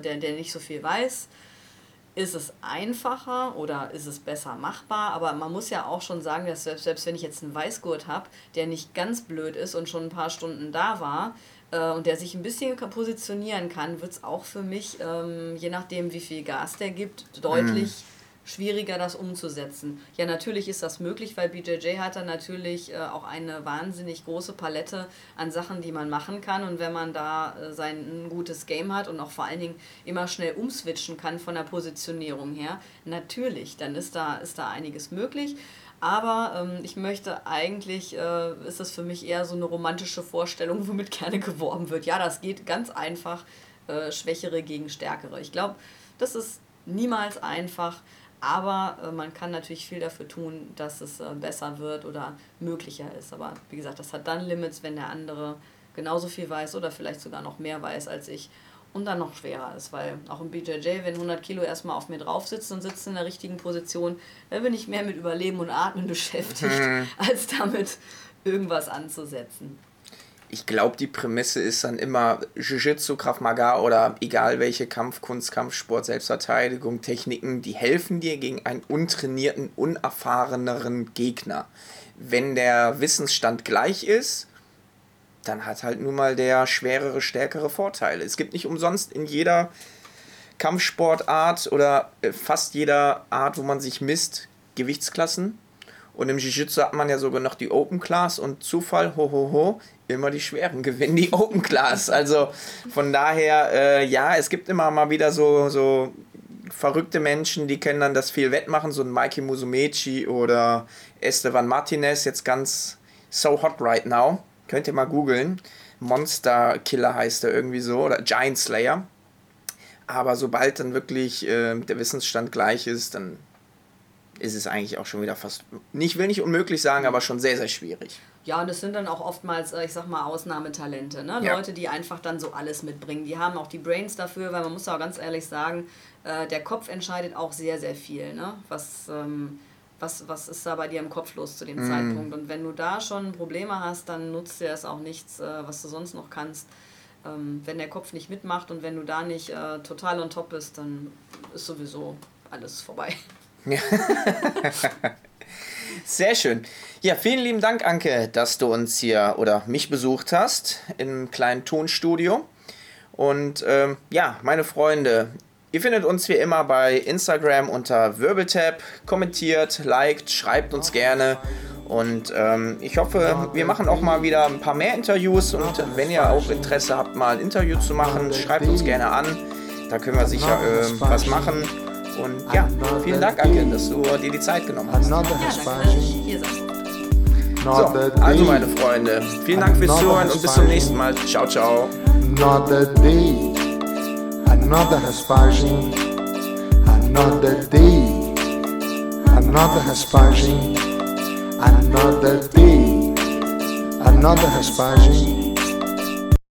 so viel weiß, ist es einfacher oder ist es besser machbar, aber man muss ja auch schon sagen, dass selbst wenn ich jetzt einen Weißgurt habe, der nicht ganz blöd ist und schon ein paar Stunden da war und der sich ein bisschen positionieren kann, wird es auch für mich, je nachdem wie viel Gas der gibt, deutlich schwieriger, das umzusetzen. Ja, natürlich ist das möglich, weil BJJ hat dann natürlich auch eine wahnsinnig große Palette an Sachen, die man machen kann. Und wenn man da ein gutes Game hat und auch vor allen Dingen immer schnell umswitchen kann von der Positionierung her, natürlich, dann ist da einiges möglich. Aber ich möchte eigentlich, ist das für mich eher so eine romantische Vorstellung, womit gerne geworben wird. Ja, das geht ganz einfach, Schwächere gegen Stärkere. Ich glaube, das ist niemals einfach. Aber man kann natürlich viel dafür tun, dass es besser wird oder möglicher ist. Aber wie gesagt, das hat dann Limits, wenn der andere genauso viel weiß oder vielleicht sogar noch mehr weiß als ich und dann noch schwerer ist. Weil auch im BJJ, wenn 100 Kilo erstmal auf mir drauf sitzen und sitzen in der richtigen Position, dann bin ich mehr mit Überleben und Atmen beschäftigt, als damit irgendwas anzusetzen. Ich glaube, die Prämisse ist dann immer Jiu-Jitsu, Krav Maga oder egal welche Kampfkunst, Kampfsport, Selbstverteidigung, Techniken, die helfen dir gegen einen untrainierten, unerfahreneren Gegner. Wenn der Wissensstand gleich ist, dann hat halt nun mal der schwerere, stärkere Vorteile. Es gibt nicht umsonst in jeder Kampfsportart oder fast jeder Art, wo man sich misst, Gewichtsklassen. Und im Jiu-Jitsu hat man ja sogar noch die Open Class und Zufall, immer die Schweren gewinnen die Open Class. Also von daher, es gibt immer mal wieder so verrückte Menschen, die können dann das viel wettmachen, so ein Mikey Musumeci oder Esteban Martinez, jetzt ganz so hot right now. Könnt ihr mal googeln. Monster Killer heißt er irgendwie so, oder Giant Slayer. Aber sobald dann wirklich der Wissensstand gleich ist, dann ist es eigentlich auch schon wieder fast, will nicht unmöglich sagen, aber schon sehr, sehr schwierig. Ja, und es sind dann auch oftmals, ich sag mal, Ausnahmetalente, ne? Ja. Leute, die einfach dann so alles mitbringen. Die haben auch die Brains dafür, weil man muss auch ganz ehrlich sagen, der Kopf entscheidet auch sehr, sehr viel, ne? Was ist da bei dir im Kopf los zu dem Zeitpunkt? Und wenn du da schon Probleme hast, dann nutzt dir das auch nichts, was du sonst noch kannst. Wenn der Kopf nicht mitmacht und wenn du da nicht total on top bist, dann ist sowieso alles vorbei. Ja. Sehr schön. Ja, vielen lieben Dank, Anke, dass du uns hier oder mich besucht hast im kleinen Tonstudio. Und meine Freunde, ihr findet uns wie immer bei Instagram unter Wirbeltap. Kommentiert, liked, schreibt uns gerne. Und ich hoffe, wir machen auch mal wieder ein paar mehr Interviews. Und wenn ihr auch Interesse habt, mal ein Interview zu machen, schreibt uns gerne an. Da können wir sicher was machen. Und ja, vielen Dank, Anke, dass du dir die Zeit genommen hast. So, also meine Freunde, vielen Dank fürs Zuhören und bis zum nächsten Mal. Ciao, ciao. Another day, another Hespagin, another day, another Hespagin, another day, another Hespagin.